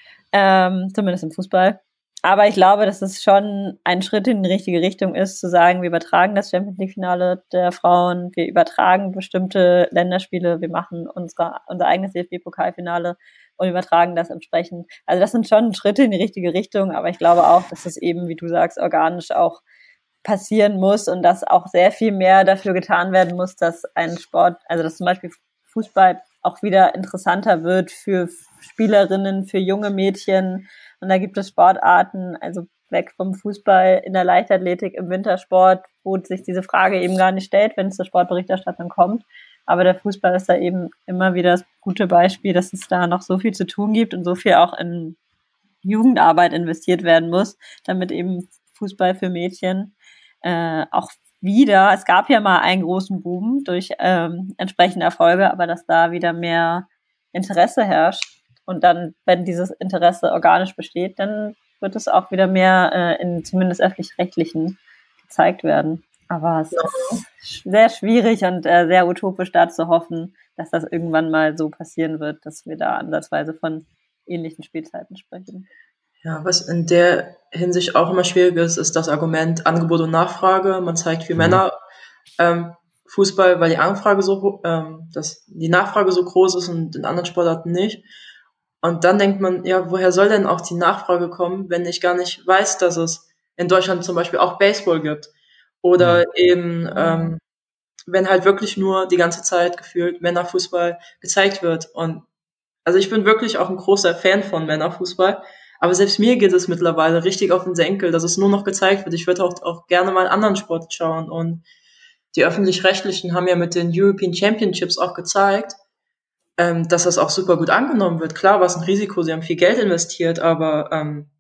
ähm, zumindest im Fußball. Aber ich glaube, dass es schon ein Schritt in die richtige Richtung ist, zu sagen, wir übertragen das Champions League-Finale der Frauen, wir übertragen bestimmte Länderspiele, wir machen unsere, unser eigenes D F B-Pokalfinale und übertragen das entsprechend. Also das sind schon Schritte in die richtige Richtung, aber ich glaube auch, dass es eben, wie du sagst, organisch auch passieren muss und dass auch sehr viel mehr dafür getan werden muss, dass ein Sport, also dass zum Beispiel Fußball auch wieder interessanter wird für Spielerinnen, für junge Mädchen. Und da gibt es Sportarten, also weg vom Fußball, in der Leichtathletik, im Wintersport, wo sich diese Frage eben gar nicht stellt, wenn es zur Sportberichterstattung kommt. Aber der Fußball ist da eben immer wieder das gute Beispiel, dass es da noch so viel zu tun gibt und so viel auch in Jugendarbeit investiert werden muss, damit eben Fußball für Mädchen äh, auch wieder, es gab ja mal einen großen Boom durch ähm, entsprechende Erfolge, aber dass da wieder mehr Interesse herrscht und dann, wenn dieses Interesse organisch besteht, dann wird es auch wieder mehr äh, in zumindest öffentlich-rechtlichen gezeigt werden. Aber es ist sehr schwierig und äh, sehr utopisch da zu hoffen, dass das irgendwann mal so passieren wird, dass wir da ansatzweise von ähnlichen Spielzeiten sprechen. Ja, was in der Hinsicht auch immer schwierig ist, ist das Argument Angebot und Nachfrage. Man zeigt für Mhm. Männer ähm, Fußball, weil die Anfrage so, ähm, dass die Nachfrage so groß ist und in anderen Sportarten nicht. Und dann denkt man, ja, woher soll denn auch die Nachfrage kommen, wenn ich gar nicht weiß, dass es in Deutschland zum Beispiel auch Baseball gibt? Oder eben, ähm, wenn halt wirklich nur die ganze Zeit gefühlt Männerfußball gezeigt wird. Und also ich bin wirklich auch ein großer Fan von Männerfußball. Aber selbst mir geht es mittlerweile richtig auf den Senkel, dass es nur noch gezeigt wird. Ich würde auch, auch gerne mal einen anderen Sport schauen. Und die Öffentlich-Rechtlichen haben ja mit den European Championships auch gezeigt, ähm, dass das auch super gut angenommen wird. Klar war es ein Risiko, sie haben viel Geld investiert, aber ähm,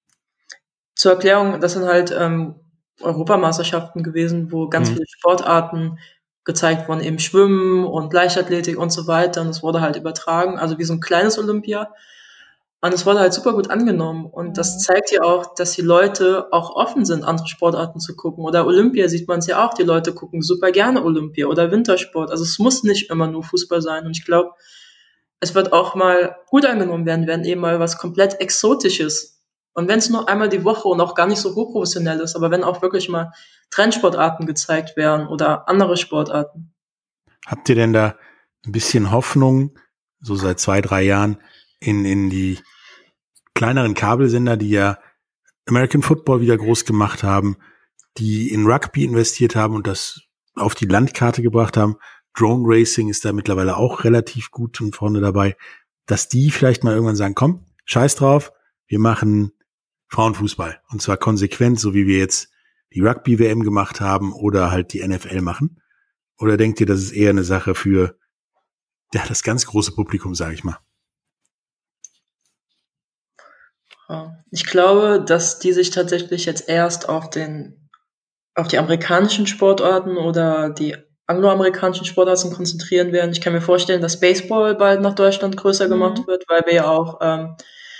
zur Erklärung, das sind halt ähm, Europameisterschaften gewesen, wo ganz Mhm. viele Sportarten gezeigt wurden, eben Schwimmen und Leichtathletik und so weiter. Und es wurde halt übertragen, also wie so ein kleines Olympia. Und es wurde halt super gut angenommen. Und das Mhm. zeigt ja auch, dass die Leute auch offen sind, andere Sportarten zu gucken. Oder Olympia sieht man es ja auch. Die Leute gucken super gerne Olympia oder Wintersport. Also es muss nicht immer nur Fußball sein. Und ich glaube, es wird auch mal gut angenommen werden, wenn eben mal was komplett Exotisches. Und wenn es nur einmal die Woche und auch gar nicht so hochprofessionell ist, aber wenn auch wirklich mal Trendsportarten gezeigt werden oder andere Sportarten. Habt ihr denn da ein bisschen Hoffnung, so seit zwei, drei Jahren, in, in die kleineren Kabelsender, die ja American Football wieder groß gemacht haben, die in Rugby investiert haben und das auf die Landkarte gebracht haben, Drone Racing ist da mittlerweile auch relativ gut und vorne dabei, dass die vielleicht mal irgendwann sagen, komm, scheiß drauf, wir machen Frauenfußball. Und zwar konsequent, so wie wir jetzt die Rugby-W M gemacht haben oder halt die N F L machen. Oder denkt ihr, das ist eher eine Sache für ja, das ganz große Publikum, sage ich mal? Ich glaube, dass die sich tatsächlich jetzt erst auf den, auf die amerikanischen Sportarten oder die angloamerikanischen Sportarten konzentrieren werden. Ich kann mir vorstellen, dass Baseball bald nach Deutschland größer mhm. gemacht wird, weil wir ja auch ähm,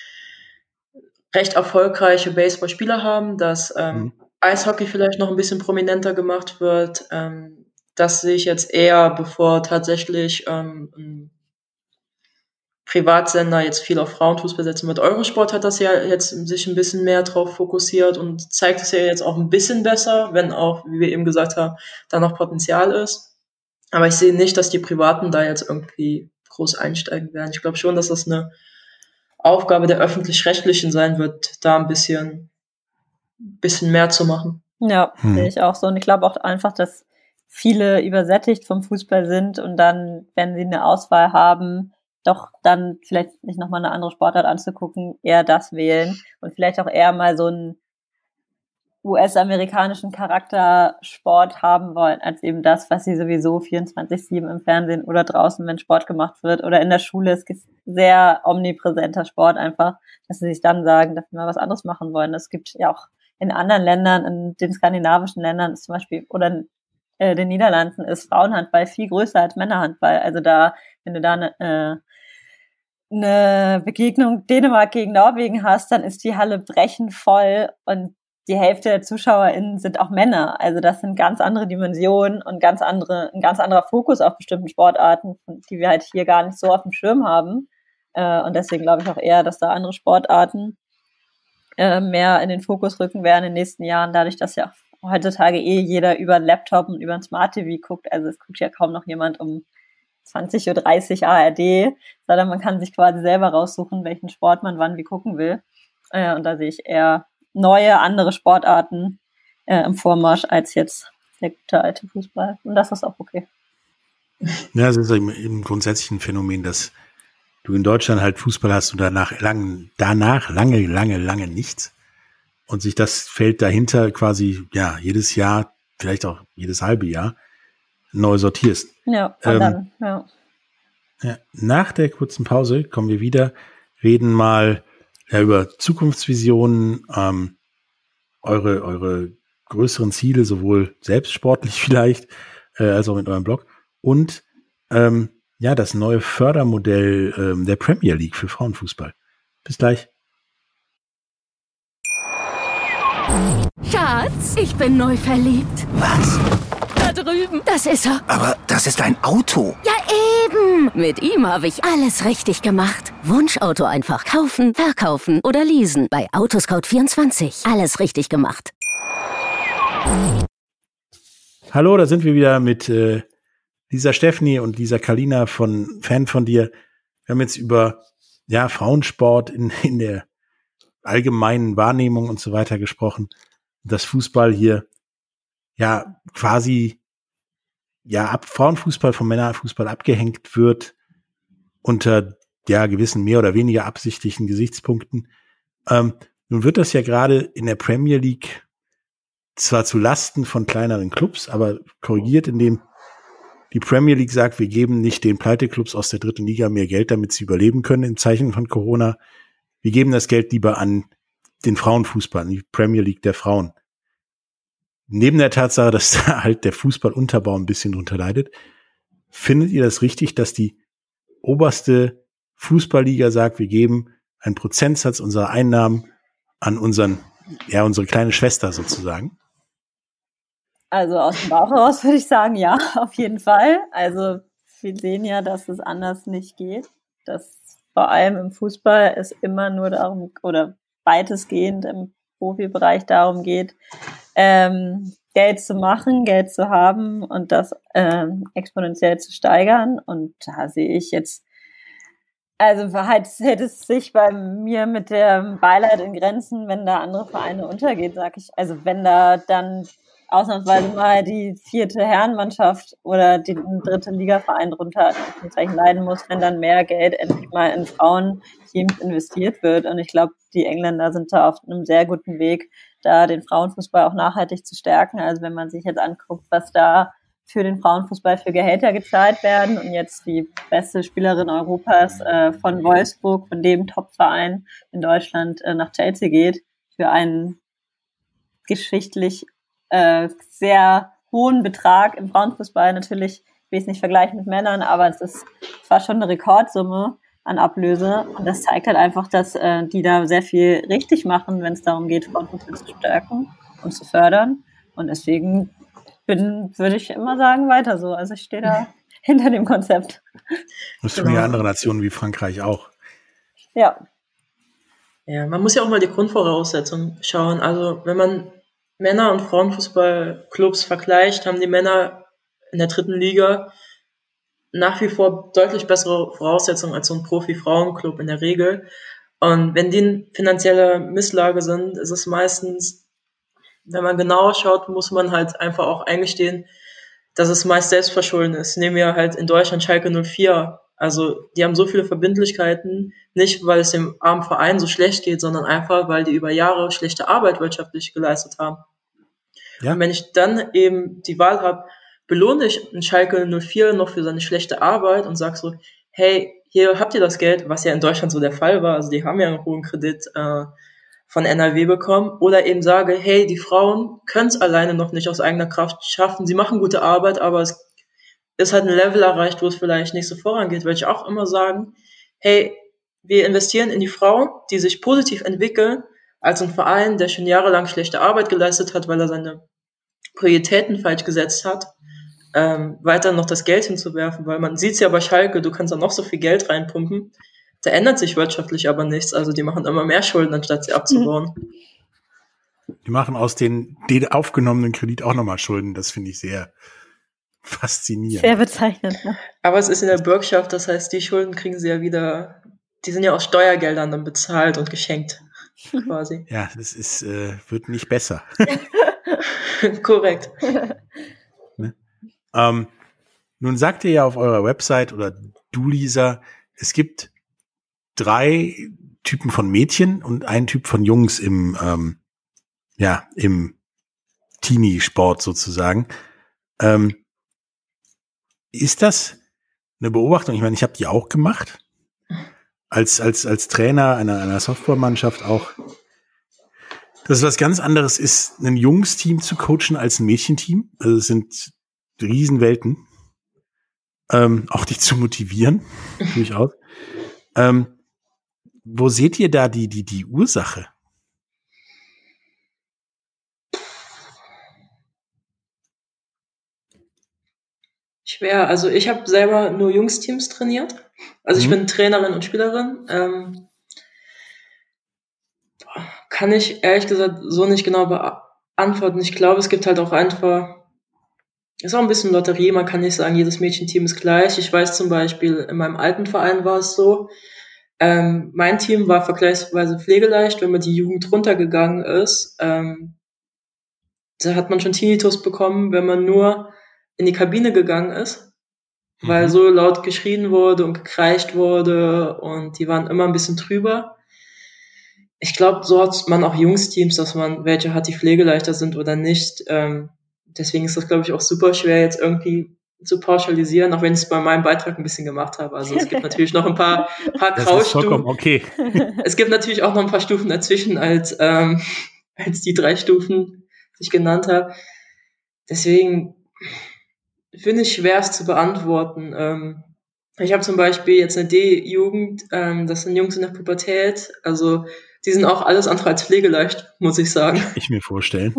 recht erfolgreiche Baseballspieler haben, dass ähm, mhm. Eishockey vielleicht noch ein bisschen prominenter gemacht wird. Ähm, das sehe ich jetzt eher, bevor tatsächlich ähm, ein Privatsender jetzt viel auf Frauenfußball setzen wird. Eurosport hat das ja jetzt sich ein bisschen mehr drauf fokussiert und zeigt es ja jetzt auch ein bisschen besser, wenn auch, wie wir eben gesagt haben, da noch Potenzial ist. Aber ich sehe nicht, dass die Privaten da jetzt irgendwie groß einsteigen werden. Ich glaube schon, dass das eine Aufgabe der Öffentlich-Rechtlichen sein wird, da ein bisschen, bisschen mehr zu machen. Ja, hm. sehe ich auch so. Und ich glaube auch einfach, dass viele übersättigt vom Fußball sind und dann, wenn sie eine Auswahl haben, doch dann vielleicht nicht nochmal eine andere Sportart anzugucken, eher das wählen und vielleicht auch eher mal so einen U S-amerikanischen Charaktersport haben wollen, als eben das, was sie sowieso vierundzwanzig sieben im Fernsehen oder draußen, wenn Sport gemacht wird oder in der Schule. Es ist sehr omnipräsenter Sport einfach, dass sie sich dann sagen, dass sie mal was anderes machen wollen. Es gibt ja auch in anderen Ländern, in den skandinavischen Ländern ist zum Beispiel, oder in äh, den Niederlanden ist Frauenhandball viel größer als Männerhandball. Also da, wenn du da eine äh, eine Begegnung Dänemark gegen Norwegen hast, dann ist die Halle brechend voll und die Hälfte der ZuschauerInnen sind auch Männer. Also das sind ganz andere Dimensionen und ganz andere, ein ganz anderer Fokus auf bestimmten Sportarten, die wir halt hier gar nicht so auf dem Schirm haben. Und deswegen glaube ich auch eher, dass da andere Sportarten mehr in den Fokus rücken werden in den nächsten Jahren, dadurch, dass ja heutzutage eh jeder über einen Laptop und über ein Smart T V guckt. Also es guckt ja kaum noch jemand um zwanzig Uhr dreißig A R D, sondern man kann sich quasi selber raussuchen, welchen Sport man wann wie gucken will. Äh, und da sehe ich eher neue, andere Sportarten äh, im Vormarsch als jetzt der gute alte Fußball. Und das ist auch okay. Ja, es ist im grundsätzlichen Phänomen, dass du in Deutschland halt Fußball hast und danach lang, danach lange, lange, lange nichts. Und sich das Feld dahinter quasi, ja, jedes Jahr, vielleicht auch jedes halbe Jahr neu sortierst. Ja, und ähm, dann, ja. ja. Nach der kurzen Pause kommen wir wieder, reden mal ja, über Zukunftsvisionen, ähm, eure, eure größeren Ziele, sowohl selbstsportlich vielleicht, äh, als auch mit eurem Blog und ähm, ja, das neue Fördermodell ähm, der Premier League für Frauenfußball. Bis gleich. Schatz, ich bin neu verliebt. Was? Da drüben. Das ist er. Aber das ist ein Auto. Ja, eben. Mit ihm habe ich alles richtig gemacht. Wunschauto einfach kaufen, verkaufen oder leasen. Bei Autoscout vierundzwanzig. Alles richtig gemacht. Hallo, da sind wir wieder mit äh, Lisa Steffni und Lisa Kalina von Fan von dir. Wir haben jetzt über ja Frauensport in, in der allgemeinen Wahrnehmung und so weiter gesprochen. Dass Fußball hier ja quasi ja ab Frauenfußball vom Männerfußball abgehängt wird unter ja gewissen mehr oder weniger absichtlichen Gesichtspunkten. Ähm, nun wird das ja gerade in der Premier League zwar zu Lasten von kleineren Clubs, aber korrigiert, indem die Premier League sagt, wir geben nicht den Pleiteclubs aus der dritten Liga mehr Geld, damit sie überleben können im Zeichen von Corona. Wir geben das Geld lieber an den Frauenfußball, an die Premier League der Frauen. Neben der Tatsache, dass da halt der Fußballunterbau ein bisschen drunter leidet, findet ihr das richtig, dass die oberste Fußballliga sagt, wir geben einen Prozentsatz unserer Einnahmen an unseren, ja, unsere kleine Schwester sozusagen? Also aus dem Bauch heraus würde ich sagen, ja, auf jeden Fall. Also wir sehen ja, dass es anders nicht geht. Dass vor allem im Fußball es immer nur darum, oder weitestgehend im Profibereich darum geht, ähm, Geld zu machen, Geld zu haben und das ähm, exponentiell zu steigern. Und da sehe ich jetzt, also halt, hätte es sich bei mir mit dem Beileid in Grenzen, wenn da andere Vereine untergehen, sag ich. Also wenn da dann ausnahmsweise mal die vierte Herrenmannschaft oder den dritte Ligaverein drunter leiden muss, wenn dann mehr Geld endlich mal in Frauenteams investiert wird. Und ich glaube, die Engländer sind da auf einem sehr guten Weg, da den Frauenfußball auch nachhaltig zu stärken. Also wenn man sich jetzt anguckt, was da für den Frauenfußball für Gehälter gezahlt werden und jetzt die beste Spielerin Europas äh, von Wolfsburg, von dem Top-Verein in Deutschland, äh, nach Chelsea geht, für einen geschichtlich äh, sehr hohen Betrag im Frauenfußball. Natürlich will ich es nicht vergleichen mit Männern, aber es ist zwar schon eine Rekordsumme an Ablöse und das zeigt halt einfach, dass äh, die da sehr viel richtig machen, wenn es darum geht, Frauenfußball zu stärken und zu fördern. Und deswegen bin, würde ich immer sagen, weiter so. Also ich stehe da hinter dem Konzept. Das tun ja andere Nationen wie Frankreich auch. Ja. Ja, man muss ja auch mal die Grundvoraussetzungen schauen. Also wenn man Männer- und Frauenfußballclubs vergleicht, haben die Männer in der dritten Liga nach wie vor deutlich bessere Voraussetzungen als so ein Profi-Frauenclub in der Regel. Und wenn die in finanzieller Misslage sind, ist es meistens, wenn man genauer schaut, muss man halt einfach auch eingestehen, dass es meist Selbstverschulden ist. Nehmen wir halt in Deutschland Schalke null vier. Also die haben so viele Verbindlichkeiten, nicht weil es dem armen Verein so schlecht geht, sondern einfach, weil die über Jahre schlechte Arbeit wirtschaftlich geleistet haben. Ja. Und wenn ich dann eben die Wahl habe, belohne ich einen Schalke null vier noch für seine schlechte Arbeit und sag so, hey, hier habt ihr das Geld, was ja in Deutschland so der Fall war, also die haben ja einen hohen Kredit äh, von N R W bekommen, oder eben sage, hey, die Frauen können es alleine noch nicht aus eigener Kraft schaffen, sie machen gute Arbeit, aber es ist halt ein Level erreicht, wo es vielleicht nicht so vorangeht, weil ich auch immer sagen, hey, wir investieren in die Frauen, die sich positiv entwickeln, als ein Verein, der schon jahrelang schlechte Arbeit geleistet hat, weil er seine Prioritäten falsch gesetzt hat, ähm, weiter noch das Geld hinzuwerfen, weil man sieht es ja bei Schalke, du kannst da noch so viel Geld reinpumpen, da ändert sich wirtschaftlich aber nichts, also die machen immer mehr Schulden, anstatt sie abzubauen. Die machen aus den, den aufgenommenen Kredit auch nochmal Schulden, das finde ich sehr faszinierend. Sehr bezeichnend, ne? Aber es ist in der Bürgschaft, das heißt, die Schulden kriegen sie ja wieder, die sind ja aus Steuergeldern dann bezahlt und geschenkt, quasi. Ja, das ist, äh, wird nicht besser. Korrekt. Ne? Ähm, nun sagt ihr ja auf eurer Website, oder du, Lisa, es gibt drei Typen von Mädchen und einen Typ von Jungs im, ähm, ja, im Teenie-Sport sozusagen. Ähm, Ist das eine Beobachtung? Ich meine, ich habe die auch gemacht. Als, als, als Trainer einer, einer Softballmannschaft auch. Dass es was ganz anderes ist, ein Jungs-Team zu coachen als ein Mädchenteam. Also es sind Riesenwelten. Ähm, auch die zu motivieren. Durchaus. Ähm, wo seht ihr da die, die, die Ursache? Schwer. Also ich habe selber nur Jungsteams trainiert. Also ich Mhm. bin Trainerin und Spielerin. Ähm, kann ich ehrlich gesagt so nicht genau beantworten. Ich glaube, es gibt halt auch einfach, ist auch ein bisschen Lotterie. Man kann nicht sagen, jedes Mädchenteam ist gleich. Ich weiß zum Beispiel, in meinem alten Verein war es so, ähm, mein Team war vergleichsweise pflegeleicht, wenn man die Jugend runtergegangen ist. Ähm, da hat man schon Tinnitus bekommen, wenn man nur in die Kabine gegangen ist, weil Mhm. so laut geschrien wurde und gekreischt wurde und die waren immer ein bisschen trüber. Ich glaube, so hat man auch Jungsteams, dass man welche hat, die pflegeleichter sind oder nicht. Ähm, deswegen ist das, glaube ich, auch super schwer, jetzt irgendwie zu pauschalisieren, auch wenn ich es bei meinem Beitrag ein bisschen gemacht habe. Also es gibt natürlich noch ein paar, paar Das ist vollkommen Graustufen. okay. Es gibt natürlich auch noch ein paar Stufen dazwischen, als, ähm, als die drei Stufen, die ich genannt habe. Deswegen finde ich schwer, es zu beantworten. Ähm, ich habe zum Beispiel jetzt eine D-Jugend, ähm, das sind Jungs in der Pubertät, also die sind auch alles andere als pflegeleicht, muss ich sagen. Ich mir vorstellen.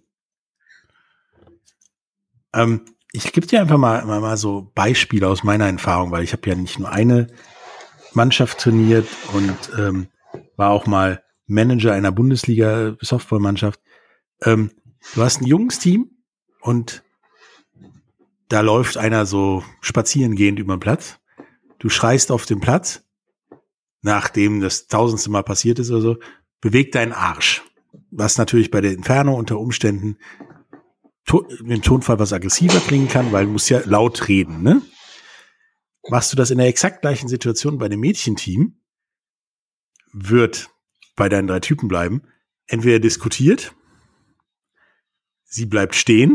ähm, ich gebe dir einfach mal, mal, mal so Beispiele aus meiner Erfahrung, weil ich habe ja nicht nur eine Mannschaft trainiert und ähm, war auch mal Manager einer Bundesliga-Softballmannschaft. Ähm, du hast ein Jungsteam und da läuft einer so spazierengehend über den Platz. Du schreist auf dem Platz, nachdem das tausendste Mal passiert ist oder so, beweg deinen Arsch. Was natürlich bei der Inferno unter Umständen to- im Tonfall was aggressiver klingen kann, weil du musst ja laut reden, ne? Machst du das in der exakt gleichen Situation bei dem Mädchenteam, wird bei deinen drei Typen bleiben, entweder diskutiert, sie bleibt stehen,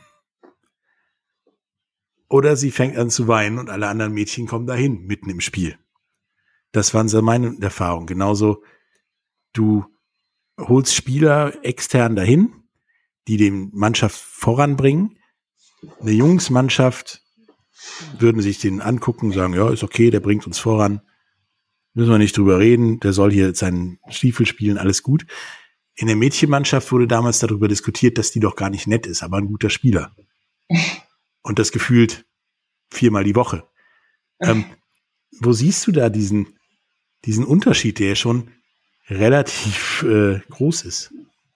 oder sie fängt an zu weinen und alle anderen Mädchen kommen dahin, mitten im Spiel. Das waren so meine Erfahrungen. Genauso, du holst Spieler extern dahin, die die Mannschaft voranbringen. Eine Jungsmannschaft würden sich den angucken und sagen, ja, ist okay, der bringt uns voran. Müssen wir nicht drüber reden, der soll hier seinen Stiefel spielen, alles gut. In der Mädchenmannschaft wurde damals darüber diskutiert, dass die doch gar nicht nett ist, aber ein guter Spieler. Und das gefühlt viermal die Woche. Ähm, wo siehst du da diesen, diesen Unterschied, der schon relativ äh, groß ist?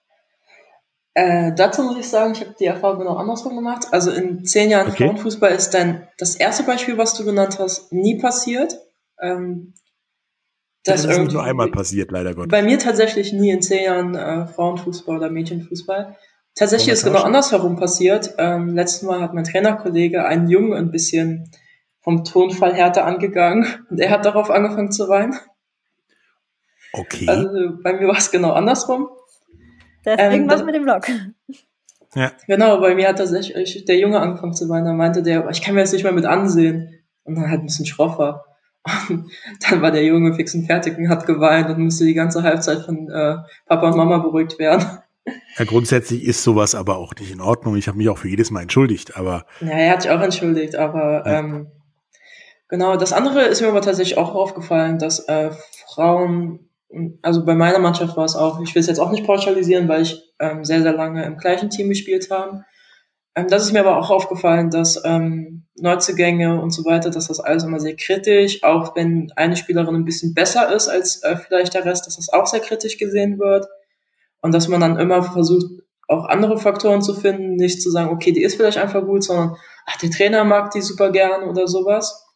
Äh, dazu muss ich sagen, ich habe die Erfahrung genau andersrum gemacht. Also in zehn Jahren Okay. Frauenfußball ist dann das erste Beispiel, was du genannt hast, nie passiert. Ähm, Das dass ist nicht irgendwie nur einmal passiert, leider Gottes. bei mir tatsächlich nie in zehn Jahren äh, Frauenfußball oder Mädchenfußball. Tatsächlich ist genau tauschen? andersherum passiert. Ähm, letztes Mal hat mein Trainerkollege einen Jungen ein bisschen vom Tonfall härter angegangen und er hat darauf angefangen zu weinen. Okay. Also bei mir war es genau andersrum. Da ist Ähm, irgendwas das- mit dem Blog. Ja. Genau, bei mir hat tatsächlich der Junge angefangen zu weinen. Da meinte der, ich kann mir das nicht mehr mit ansehen. Und dann halt ein bisschen schroffer. Und dann war der Junge fix und fertig und hat geweint und musste die ganze Halbzeit von äh, Papa und Mama beruhigt werden. Ja, grundsätzlich ist sowas aber auch nicht in Ordnung. Ich habe mich auch für jedes Mal entschuldigt, aber Ja, er hat sich auch entschuldigt, aber Ja. ähm, genau, das andere ist mir aber tatsächlich auch aufgefallen, dass äh, Frauen, also bei meiner Mannschaft war es auch, ich will es jetzt auch nicht pauschalisieren, weil ich ähm, sehr, sehr lange im gleichen Team gespielt habe. Ähm, das ist mir aber auch aufgefallen, dass ähm, Neuzugänge und so weiter, dass das alles immer sehr kritisch, auch wenn eine Spielerin ein bisschen besser ist als äh, vielleicht der Rest, dass das auch sehr kritisch gesehen wird. Und dass man dann immer versucht, auch andere Faktoren zu finden, nicht zu sagen, okay, die ist vielleicht einfach gut, sondern ach, der Trainer mag die super gern oder sowas.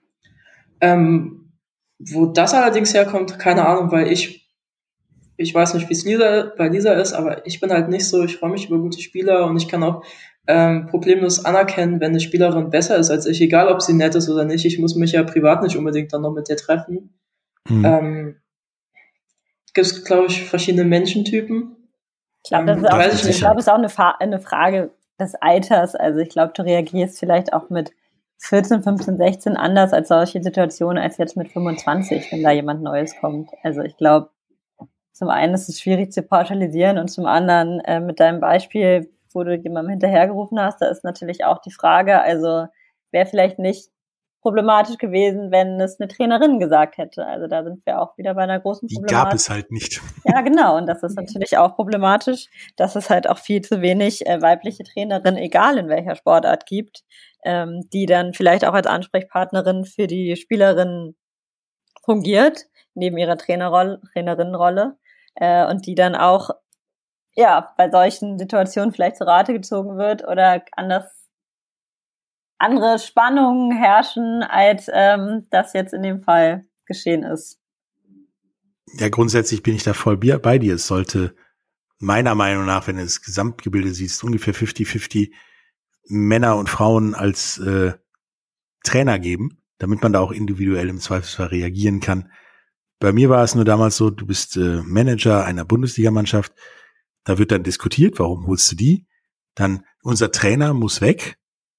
Ähm, wo das allerdings herkommt, keine Ahnung, weil ich, ich weiß nicht, wie es Lisa, bei Lisa ist, aber ich bin halt nicht so, ich freue mich über gute Spieler und ich kann auch ähm, problemlos anerkennen, wenn eine Spielerin besser ist als ich, egal ob sie nett ist oder nicht, ich muss mich ja privat nicht unbedingt dann noch mit der treffen. Mhm. Ähm, gibt es, glaube ich, verschiedene Menschentypen. Ich glaube, das Ähm, ist auch, weiß ich ich nicht. glaube, es ist auch eine, Fa- eine Frage des Alters. Also ich glaube, du reagierst vielleicht auch mit vierzehn, fünfzehn, sechzehn anders als solche Situationen als jetzt mit fünfundzwanzig, wenn da jemand Neues kommt. Also ich glaube, zum einen ist es schwierig zu pauschalisieren und zum anderen äh, mit deinem Beispiel, wo du jemandem hinterhergerufen hast, da ist natürlich auch die Frage, also wäre vielleicht nicht problematisch gewesen, wenn es eine Trainerin gesagt hätte. Also da sind wir auch wieder bei einer großen die Problematik. gab es halt nicht. Ja, genau. Und das ist natürlich auch problematisch, dass es halt auch viel zu wenig äh, weibliche Trainerinnen, egal in welcher Sportart, gibt, ähm, die dann vielleicht auch als Ansprechpartnerin für die Spielerin fungiert, neben ihrer Trainerrolle, Trainerinnenrolle, äh, und die dann auch ja bei solchen Situationen vielleicht zu Rate gezogen wird oder anders andere Spannungen herrschen, als ähm, das jetzt in dem Fall geschehen ist. Ja, grundsätzlich bin ich da voll bi- bei dir. Es sollte meiner Meinung nach, wenn du das Gesamtgebilde siehst, ungefähr fünfzig fünfzig Männer und Frauen als äh, Trainer geben, damit man da auch individuell im Zweifelsfall reagieren kann. Bei mir war es nur damals so, du bist äh, Manager einer Bundesligamannschaft, da wird dann diskutiert, warum holst du die? Dann, unser Trainer muss weg,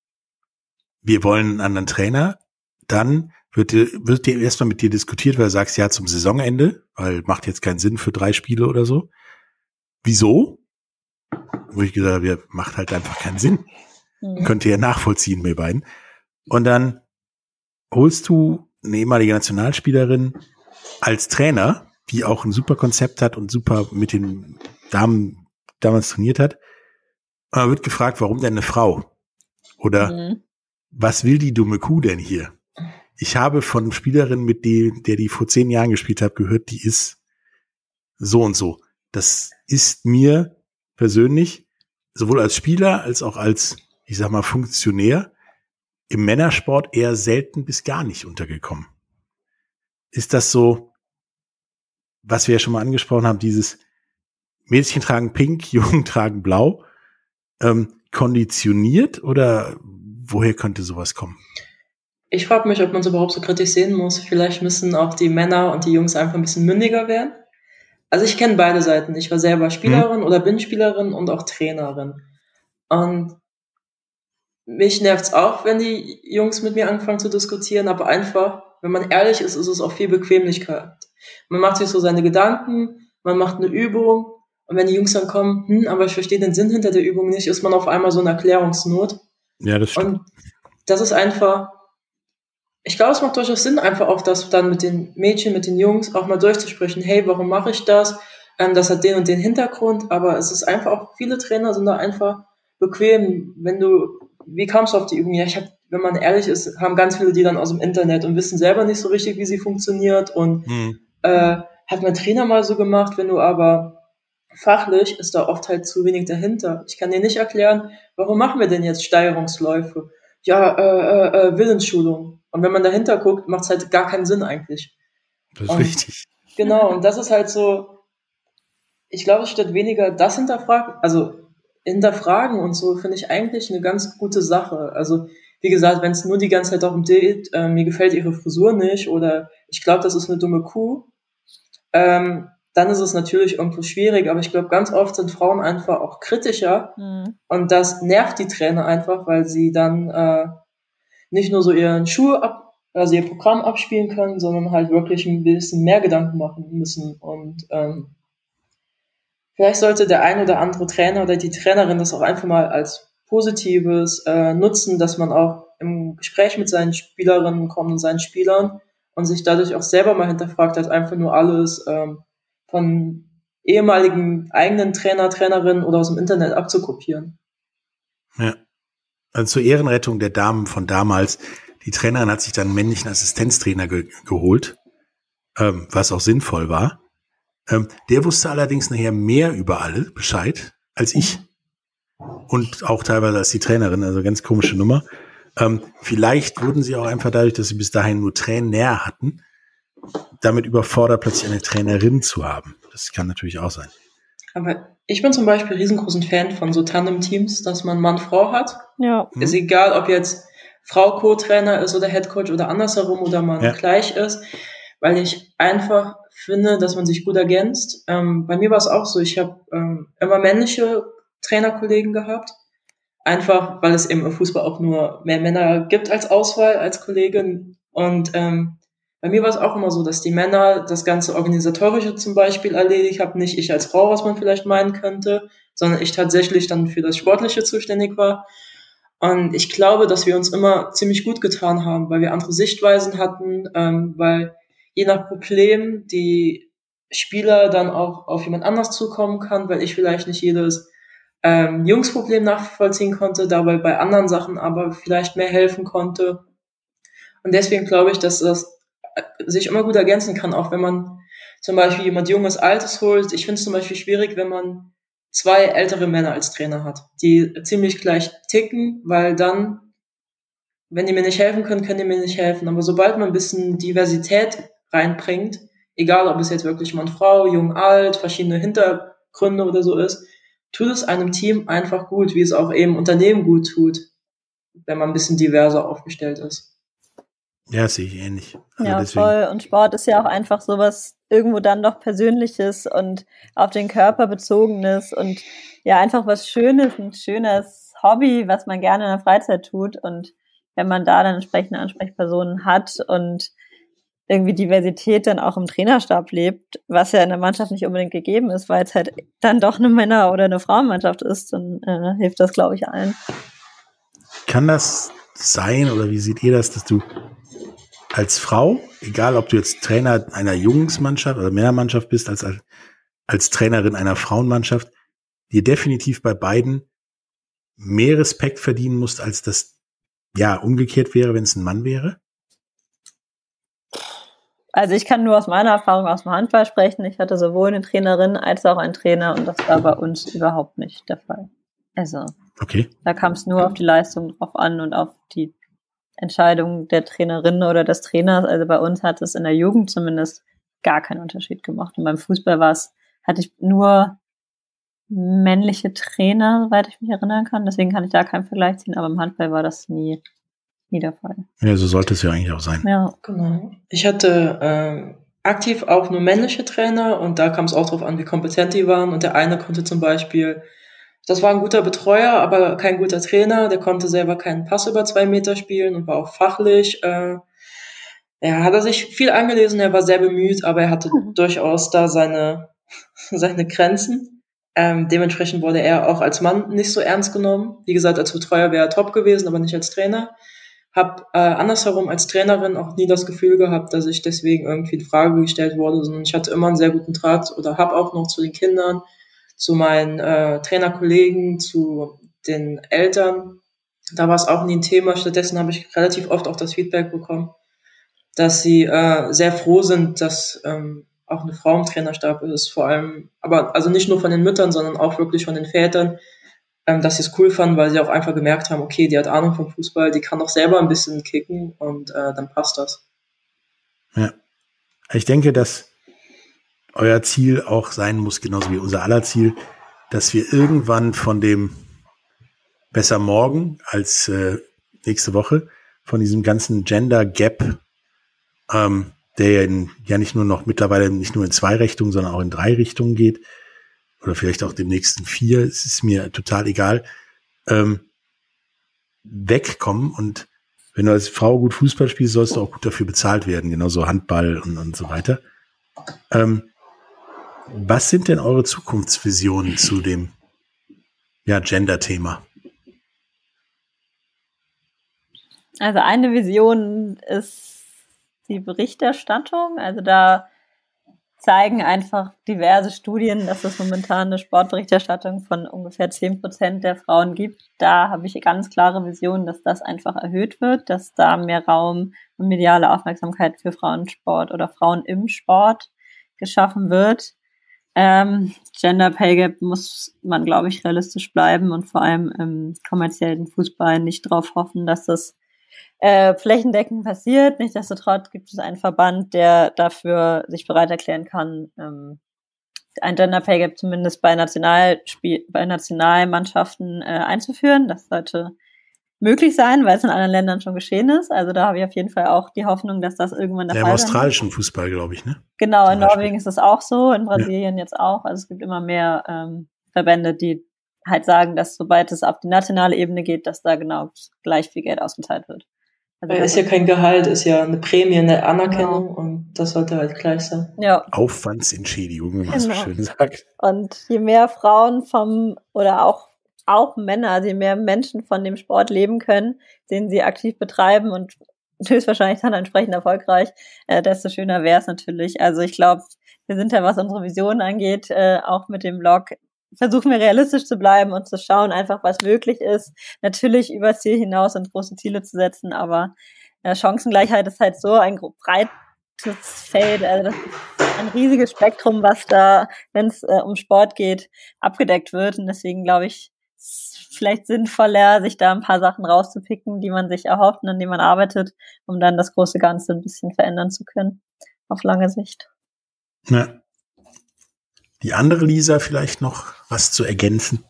wir wollen einen anderen Trainer, dann wird dir, wird dir erstmal mit dir diskutiert, weil du sagst, ja, zum Saisonende, weil macht jetzt keinen Sinn für drei Spiele oder so. Wieso? Wo ich gesagt habe, ja, macht halt einfach keinen Sinn. Mhm. Könnt ihr ja nachvollziehen, wir beiden. Und dann holst du eine ehemalige Nationalspielerin als Trainer, die auch ein super Konzept hat und super mit den Damen damals trainiert hat. Und dann wird gefragt, warum denn eine Frau? Oder Mhm. was will die dumme Kuh denn hier? Ich habe von Spielerinnen, mit der, der die vor zehn Jahren gespielt hat, gehört, die ist so und so. Das ist mir persönlich sowohl als Spieler als auch als, ich sag mal, Funktionär im Männersport eher selten bis gar nicht untergekommen. Ist das so, was wir ja schon mal angesprochen haben, dieses Mädchen tragen pink, Jungen tragen blau. Ähm, konditioniert oder woher könnte sowas kommen? Ich frage mich, ob man es überhaupt so kritisch sehen muss. Vielleicht müssen auch die Männer und die Jungs einfach ein bisschen mündiger werden. Also ich kenne beide Seiten. Ich war selber Spielerin hm. oder bin Spielerin und auch Trainerin. Und mich nervt's auch, wenn die Jungs mit mir anfangen zu diskutieren, aber einfach, wenn man ehrlich ist, ist es auch viel Bequemlichkeit. Man macht sich so seine Gedanken, man macht eine Übung und wenn die Jungs dann kommen, hm, aber ich verstehe den Sinn hinter der Übung nicht, ist man auf einmal so in Erklärungsnot. Ja, das stimmt. Und das ist einfach, ich glaube, es macht durchaus Sinn, einfach auch das dann mit den Mädchen, mit den Jungs auch mal durchzusprechen, hey, warum mache ich das? Ähm, das hat den und den Hintergrund, aber es ist einfach auch, viele Trainer sind da einfach bequem, wenn du, wie kamst du auf die Übung? Ja, ich habe, wenn man ehrlich ist, haben ganz viele die dann aus dem Internet und wissen selber nicht so richtig, wie sie funktioniert und hm. äh, hat mein Trainer mal so gemacht, wenn du aber fachlich ist da oft halt zu wenig dahinter. Ich kann dir nicht erklären, warum machen wir denn jetzt Steigerungsläufe? Ja, äh, äh, Willensschulung. Und wenn man dahinter guckt, macht es halt gar keinen Sinn eigentlich. Das ist und, richtig. Genau, und das ist halt so, ich glaube, statt weniger das hinterfragen, also hinterfragen und so, finde ich eigentlich eine ganz gute Sache. Also, wie gesagt, wenn es nur die ganze Zeit darum geht, äh, mir gefällt ihre Frisur nicht oder ich glaube, das ist eine dumme Kuh, ähm, dann ist es natürlich irgendwo schwierig, aber ich glaube, ganz oft sind Frauen einfach auch kritischer mhm. und das nervt die Trainer einfach, weil sie dann äh, nicht nur so ihren Schuh ab, also ihr Programm abspielen können, sondern halt wirklich ein bisschen mehr Gedanken machen müssen und ähm, vielleicht sollte der ein oder andere Trainer oder die Trainerin das auch einfach mal als Positives äh, nutzen, dass man auch im Gespräch mit seinen Spielerinnen kommt und seinen Spielern und sich dadurch auch selber mal hinterfragt hat, einfach nur alles ähm, von ehemaligen eigenen Trainer, Trainerinnen oder aus dem Internet abzukopieren. Ja, also zur Ehrenrettung der Damen von damals, die Trainerin hat sich dann einen männlichen Assistenztrainer ge- geholt, ähm, was auch sinnvoll war. Ähm, der wusste allerdings nachher mehr über alle Bescheid als ich und auch teilweise als die Trainerin, also ganz komische Nummer. Ähm, vielleicht wurden sie auch einfach dadurch, dass sie bis dahin nur Trainer hatten, damit überfordert, plötzlich eine Trainerin zu haben. Das kann natürlich auch sein. Aber ich bin zum Beispiel riesengroßen Fan von so Tandem-Teams, dass man Mann-Frau hat. Ja. Ist egal, ob jetzt Frau Co-Trainer ist oder Headcoach oder andersherum oder man ja. gleich ist, weil ich einfach finde, dass man sich gut ergänzt. Ähm, bei mir war es auch so, ich habe ähm, immer männliche Trainerkollegen gehabt, einfach weil es eben im Fußball auch nur mehr Männer gibt als Auswahl, als Kollegin. Und ähm, bei mir war es auch immer so, dass die Männer das ganze Organisatorische zum Beispiel erledigt haben, nicht ich als Frau, was man vielleicht meinen könnte, sondern ich tatsächlich dann für das Sportliche zuständig war. Und ich glaube, dass wir uns immer ziemlich gut getan haben, weil wir andere Sichtweisen hatten, ähm, weil je nach Problem die Spieler dann auch auf jemand anders zukommen kann, weil ich vielleicht nicht jedes ähm, Jungsproblem nachvollziehen konnte, dabei bei anderen Sachen aber vielleicht mehr helfen konnte. Und deswegen glaube ich, dass das sich immer gut ergänzen kann, auch wenn man zum Beispiel jemand Junges, Altes holt. Ich finde es zum Beispiel schwierig, wenn man zwei ältere Männer als Trainer hat, die ziemlich gleich ticken, weil dann, wenn die mir nicht helfen können, können die mir nicht helfen. Aber sobald man ein bisschen Diversität reinbringt, egal ob es jetzt wirklich Mann, Frau, jung, alt, verschiedene Hintergründe oder so ist, tut es einem Team einfach gut, wie es auch eben Unternehmen gut tut, wenn man ein bisschen diverser aufgestellt ist. Ja, sehe ich ähnlich. Also ja, deswegen. Voll. Und Sport ist ja auch einfach sowas irgendwo dann doch Persönliches und auf den Körper bezogenes und ja, einfach was Schönes, ein schönes Hobby, was man gerne in der Freizeit tut. Und wenn man da dann entsprechende Ansprechpersonen hat und irgendwie Diversität dann auch im Trainerstab lebt, was ja in der Mannschaft nicht unbedingt gegeben ist, weil es halt dann doch eine Männer- oder eine Frauenmannschaft ist, dann äh, hilft das, glaube ich, allen. Kann das sein, oder wie seht ihr das, dass du als Frau, egal ob du jetzt Trainer einer Jungsmannschaft oder Männermannschaft bist, als, als, als Trainerin einer Frauenmannschaft, dir definitiv bei beiden mehr Respekt verdienen musst, als das ja umgekehrt wäre, wenn es ein Mann wäre? Also ich kann nur aus meiner Erfahrung aus dem Handball sprechen. Ich hatte sowohl eine Trainerin als auch einen Trainer und das war bei uns überhaupt nicht der Fall. Also okay. Da kam es nur auf die Leistung drauf an und auf die Entscheidung der Trainerin oder des Trainers. Also bei uns hat es in der Jugend zumindest gar keinen Unterschied gemacht. Und beim Fußball war es, hatte ich nur männliche Trainer, soweit ich mich erinnern kann. Deswegen kann ich da keinen Vergleich ziehen, aber im Handball war das nie, nie der Fall. Ja, so sollte es ja eigentlich auch sein. Ja. Genau. Ich hatte ähm, aktiv auch nur männliche Trainer und da kam es auch darauf an, wie kompetent die waren. Und der eine konnte zum Beispiel, das war ein guter Betreuer, aber kein guter Trainer. Der konnte selber keinen Pass über zwei Meter spielen und war auch fachlich. Äh, er hat er sich viel angelesen, er war sehr bemüht, aber er hatte mhm. durchaus da seine, seine Grenzen. Ähm, dementsprechend wurde er auch als Mann nicht so ernst genommen. Wie gesagt, als Betreuer wäre er top gewesen, aber nicht als Trainer. Hab äh, andersherum als Trainerin auch nie das Gefühl gehabt, dass ich deswegen irgendwie in Frage gestellt wurde, sondern ich hatte immer einen sehr guten Draht oder habe auch noch zu den Kindern, zu meinen äh, Trainerkollegen, zu den Eltern. Da war es auch nie ein Thema. Stattdessen habe ich relativ oft auch das Feedback bekommen, dass sie äh, sehr froh sind, dass ähm, auch eine Frau im Trainerstab ist, vor allem, aber also nicht nur von den Müttern, sondern auch wirklich von den Vätern, ähm, dass sie es cool fanden, weil sie auch einfach gemerkt haben, okay, die hat Ahnung vom Fußball, die kann auch selber ein bisschen kicken und äh, dann passt das. Ja, ich denke, dass euer Ziel auch sein muss, genauso wie unser aller Ziel, dass wir irgendwann von dem besser morgen als äh, nächste Woche, von diesem ganzen Gender Gap, ähm, der ja, in, ja nicht nur noch mittlerweile nicht nur in zwei Richtungen, sondern auch in drei Richtungen geht, oder vielleicht auch demnächst in vier, es ist mir total egal, ähm, wegkommen. Und wenn du als Frau gut Fußball spielst, sollst du auch gut dafür bezahlt werden, genauso Handball und, und so weiter. Ähm, was sind denn eure Zukunftsvisionen zu dem ja, Gender-Thema? Also eine Vision ist die Berichterstattung. Also da zeigen einfach diverse Studien, dass es momentan eine Sportberichterstattung von ungefähr zehn Prozent der Frauen gibt. Da habe ich ganz klare Visionen, dass das einfach erhöht wird, dass da mehr Raum und mediale Aufmerksamkeit für Frauensport oder Frauen im Sport geschaffen wird. Ähm, Gender Pay Gap muss man, glaube ich, realistisch bleiben und vor allem im kommerziellen Fußball nicht darauf hoffen, dass das äh, flächendeckend passiert. Nichtsdestotrotz gibt es einen Verband, der dafür sich bereit erklären kann, ähm, ein Gender Pay Gap zumindest bei Nationalspiel, bei Nationalmannschaften äh, einzuführen. Das sollte möglich sein, weil es in anderen Ländern schon geschehen ist. Also da habe ich auf jeden Fall auch die Hoffnung, dass das irgendwann der ja, Fall ist. Im australischen Fußball, glaube ich, ne? Genau, Zum in Beispiel. Norwegen ist es auch so, in Brasilien ja. jetzt auch. Also es gibt immer mehr ähm, Verbände, die halt sagen, dass sobald es auf die nationale Ebene geht, dass da genau gleich viel Geld ausgezahlt wird. Also ist ja kein Gehalt, ist ja eine Prämie, eine Anerkennung genau. Und das sollte halt gleich sein. Ja. Aufwandsentschädigung, wie man genau. so schön sagt. Und je mehr Frauen vom, oder auch auch Männer, also je mehr Menschen von dem Sport leben können, den sie aktiv betreiben und höchstwahrscheinlich dann entsprechend erfolgreich, äh, desto schöner wäre es natürlich. Also ich glaube, wir sind ja, was unsere Vision angeht, äh, auch mit dem Blog, versuchen wir realistisch zu bleiben und zu schauen einfach, was möglich ist. Natürlich über Ziel hinaus und große Ziele zu setzen, aber äh, Chancengleichheit ist halt so ein breites Feld, also das ist ein riesiges Spektrum, was da, wenn es äh, um Sport geht, abgedeckt wird. Und deswegen glaube ich, ist es vielleicht sinnvoller, sich da ein paar Sachen rauszupicken, die man sich erhofft und an denen man arbeitet, um dann das große Ganze ein bisschen verändern zu können, auf lange Sicht. Ja. Die andere Lisa vielleicht noch was zu ergänzen?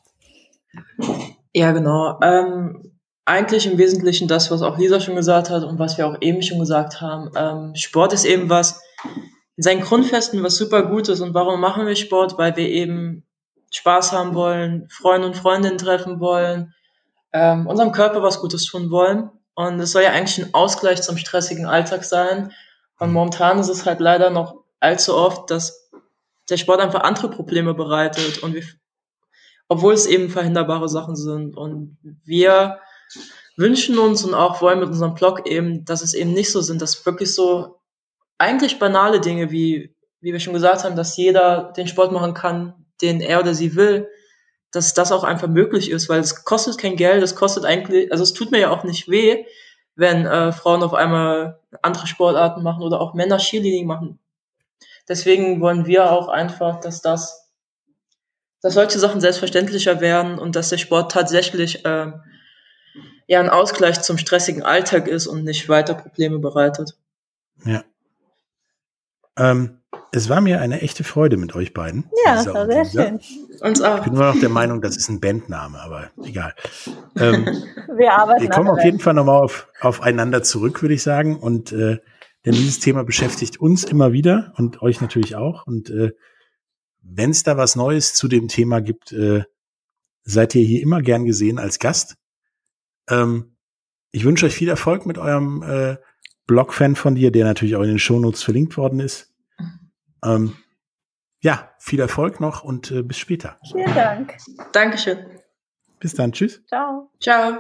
Ja, genau. Ähm, eigentlich im Wesentlichen das, was auch Lisa schon gesagt hat und was wir auch eben schon gesagt haben. Ähm, Sport ist eben was, in seinen Grundfesten was super Gutes. Und warum machen wir Sport? Weil wir eben Spaß haben wollen, Freunde und Freundinnen treffen wollen, ähm, unserem Körper was Gutes tun wollen. Und es soll ja eigentlich ein Ausgleich zum stressigen Alltag sein. Und momentan ist es halt leider noch allzu oft, dass der Sport einfach andere Probleme bereitet und wir, obwohl es eben verhinderbare Sachen sind. Und wir wünschen uns und auch wollen mit unserem Blog eben, dass es eben nicht so sind, dass wirklich so eigentlich banale Dinge, wie, wie wir schon gesagt haben, dass jeder den Sport machen kann, den er oder sie will, dass das auch einfach möglich ist, weil es kostet kein Geld, es kostet eigentlich, also es tut mir ja auch nicht weh, wenn äh, Frauen auf einmal andere Sportarten machen oder auch Männer Cheerleading machen. Deswegen wollen wir auch einfach, dass das, dass solche Sachen selbstverständlicher werden und dass der Sport tatsächlich äh, ja ein Ausgleich zum stressigen Alltag ist und nicht weiter Probleme bereitet. Ja. Ähm, es war mir eine echte Freude mit euch beiden. Ja, das war sehr schön. Uns auch. Ich bin immer noch der Meinung, das ist ein Bandname, aber egal. Ähm, wir arbeiten wir kommen auf jeden Fall nochmal auf, aufeinander zurück, würde ich sagen. Und äh, denn dieses Thema beschäftigt uns immer wieder und euch natürlich auch. Und äh, wenn es da was Neues zu dem Thema gibt, äh, seid ihr hier immer gern gesehen als Gast. Ähm, ich wünsche euch viel Erfolg mit eurem äh, Blog-Fan von dir, der natürlich auch in den Shownotes verlinkt worden ist. Ähm, ja, viel Erfolg noch und äh, bis später. Vielen Dank. Dankeschön. Bis dann, tschüss. Ciao. Ciao.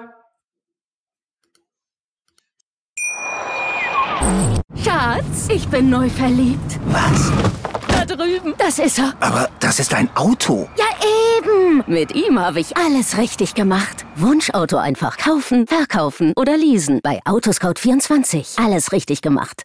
Schatz, ich bin neu verliebt. Was? Da drüben. Das ist er. Aber das ist ein Auto. Ja, eben. Mit ihm habe ich alles richtig gemacht. Wunschauto einfach kaufen, verkaufen oder leasen. Bei Autoscout vierundzwanzig. Alles richtig gemacht.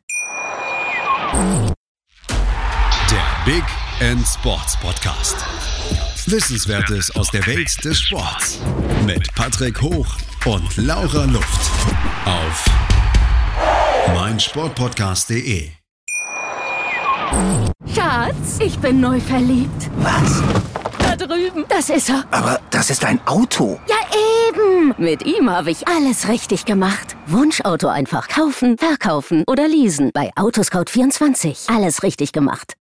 Der Big End Sports Podcast. Wissenswertes aus der Welt des Sports. Mit Patrick Hoch und Laura Luft. Auf meinsportpodcast punkt de. Schatz, ich bin neu verliebt. Was? Da drüben. Das ist er. Aber das ist ein Auto. Ja, eben. Mit ihm habe ich alles richtig gemacht. Wunschauto einfach kaufen, verkaufen oder leasen. Bei Autoscout vierundzwanzig. Alles richtig gemacht.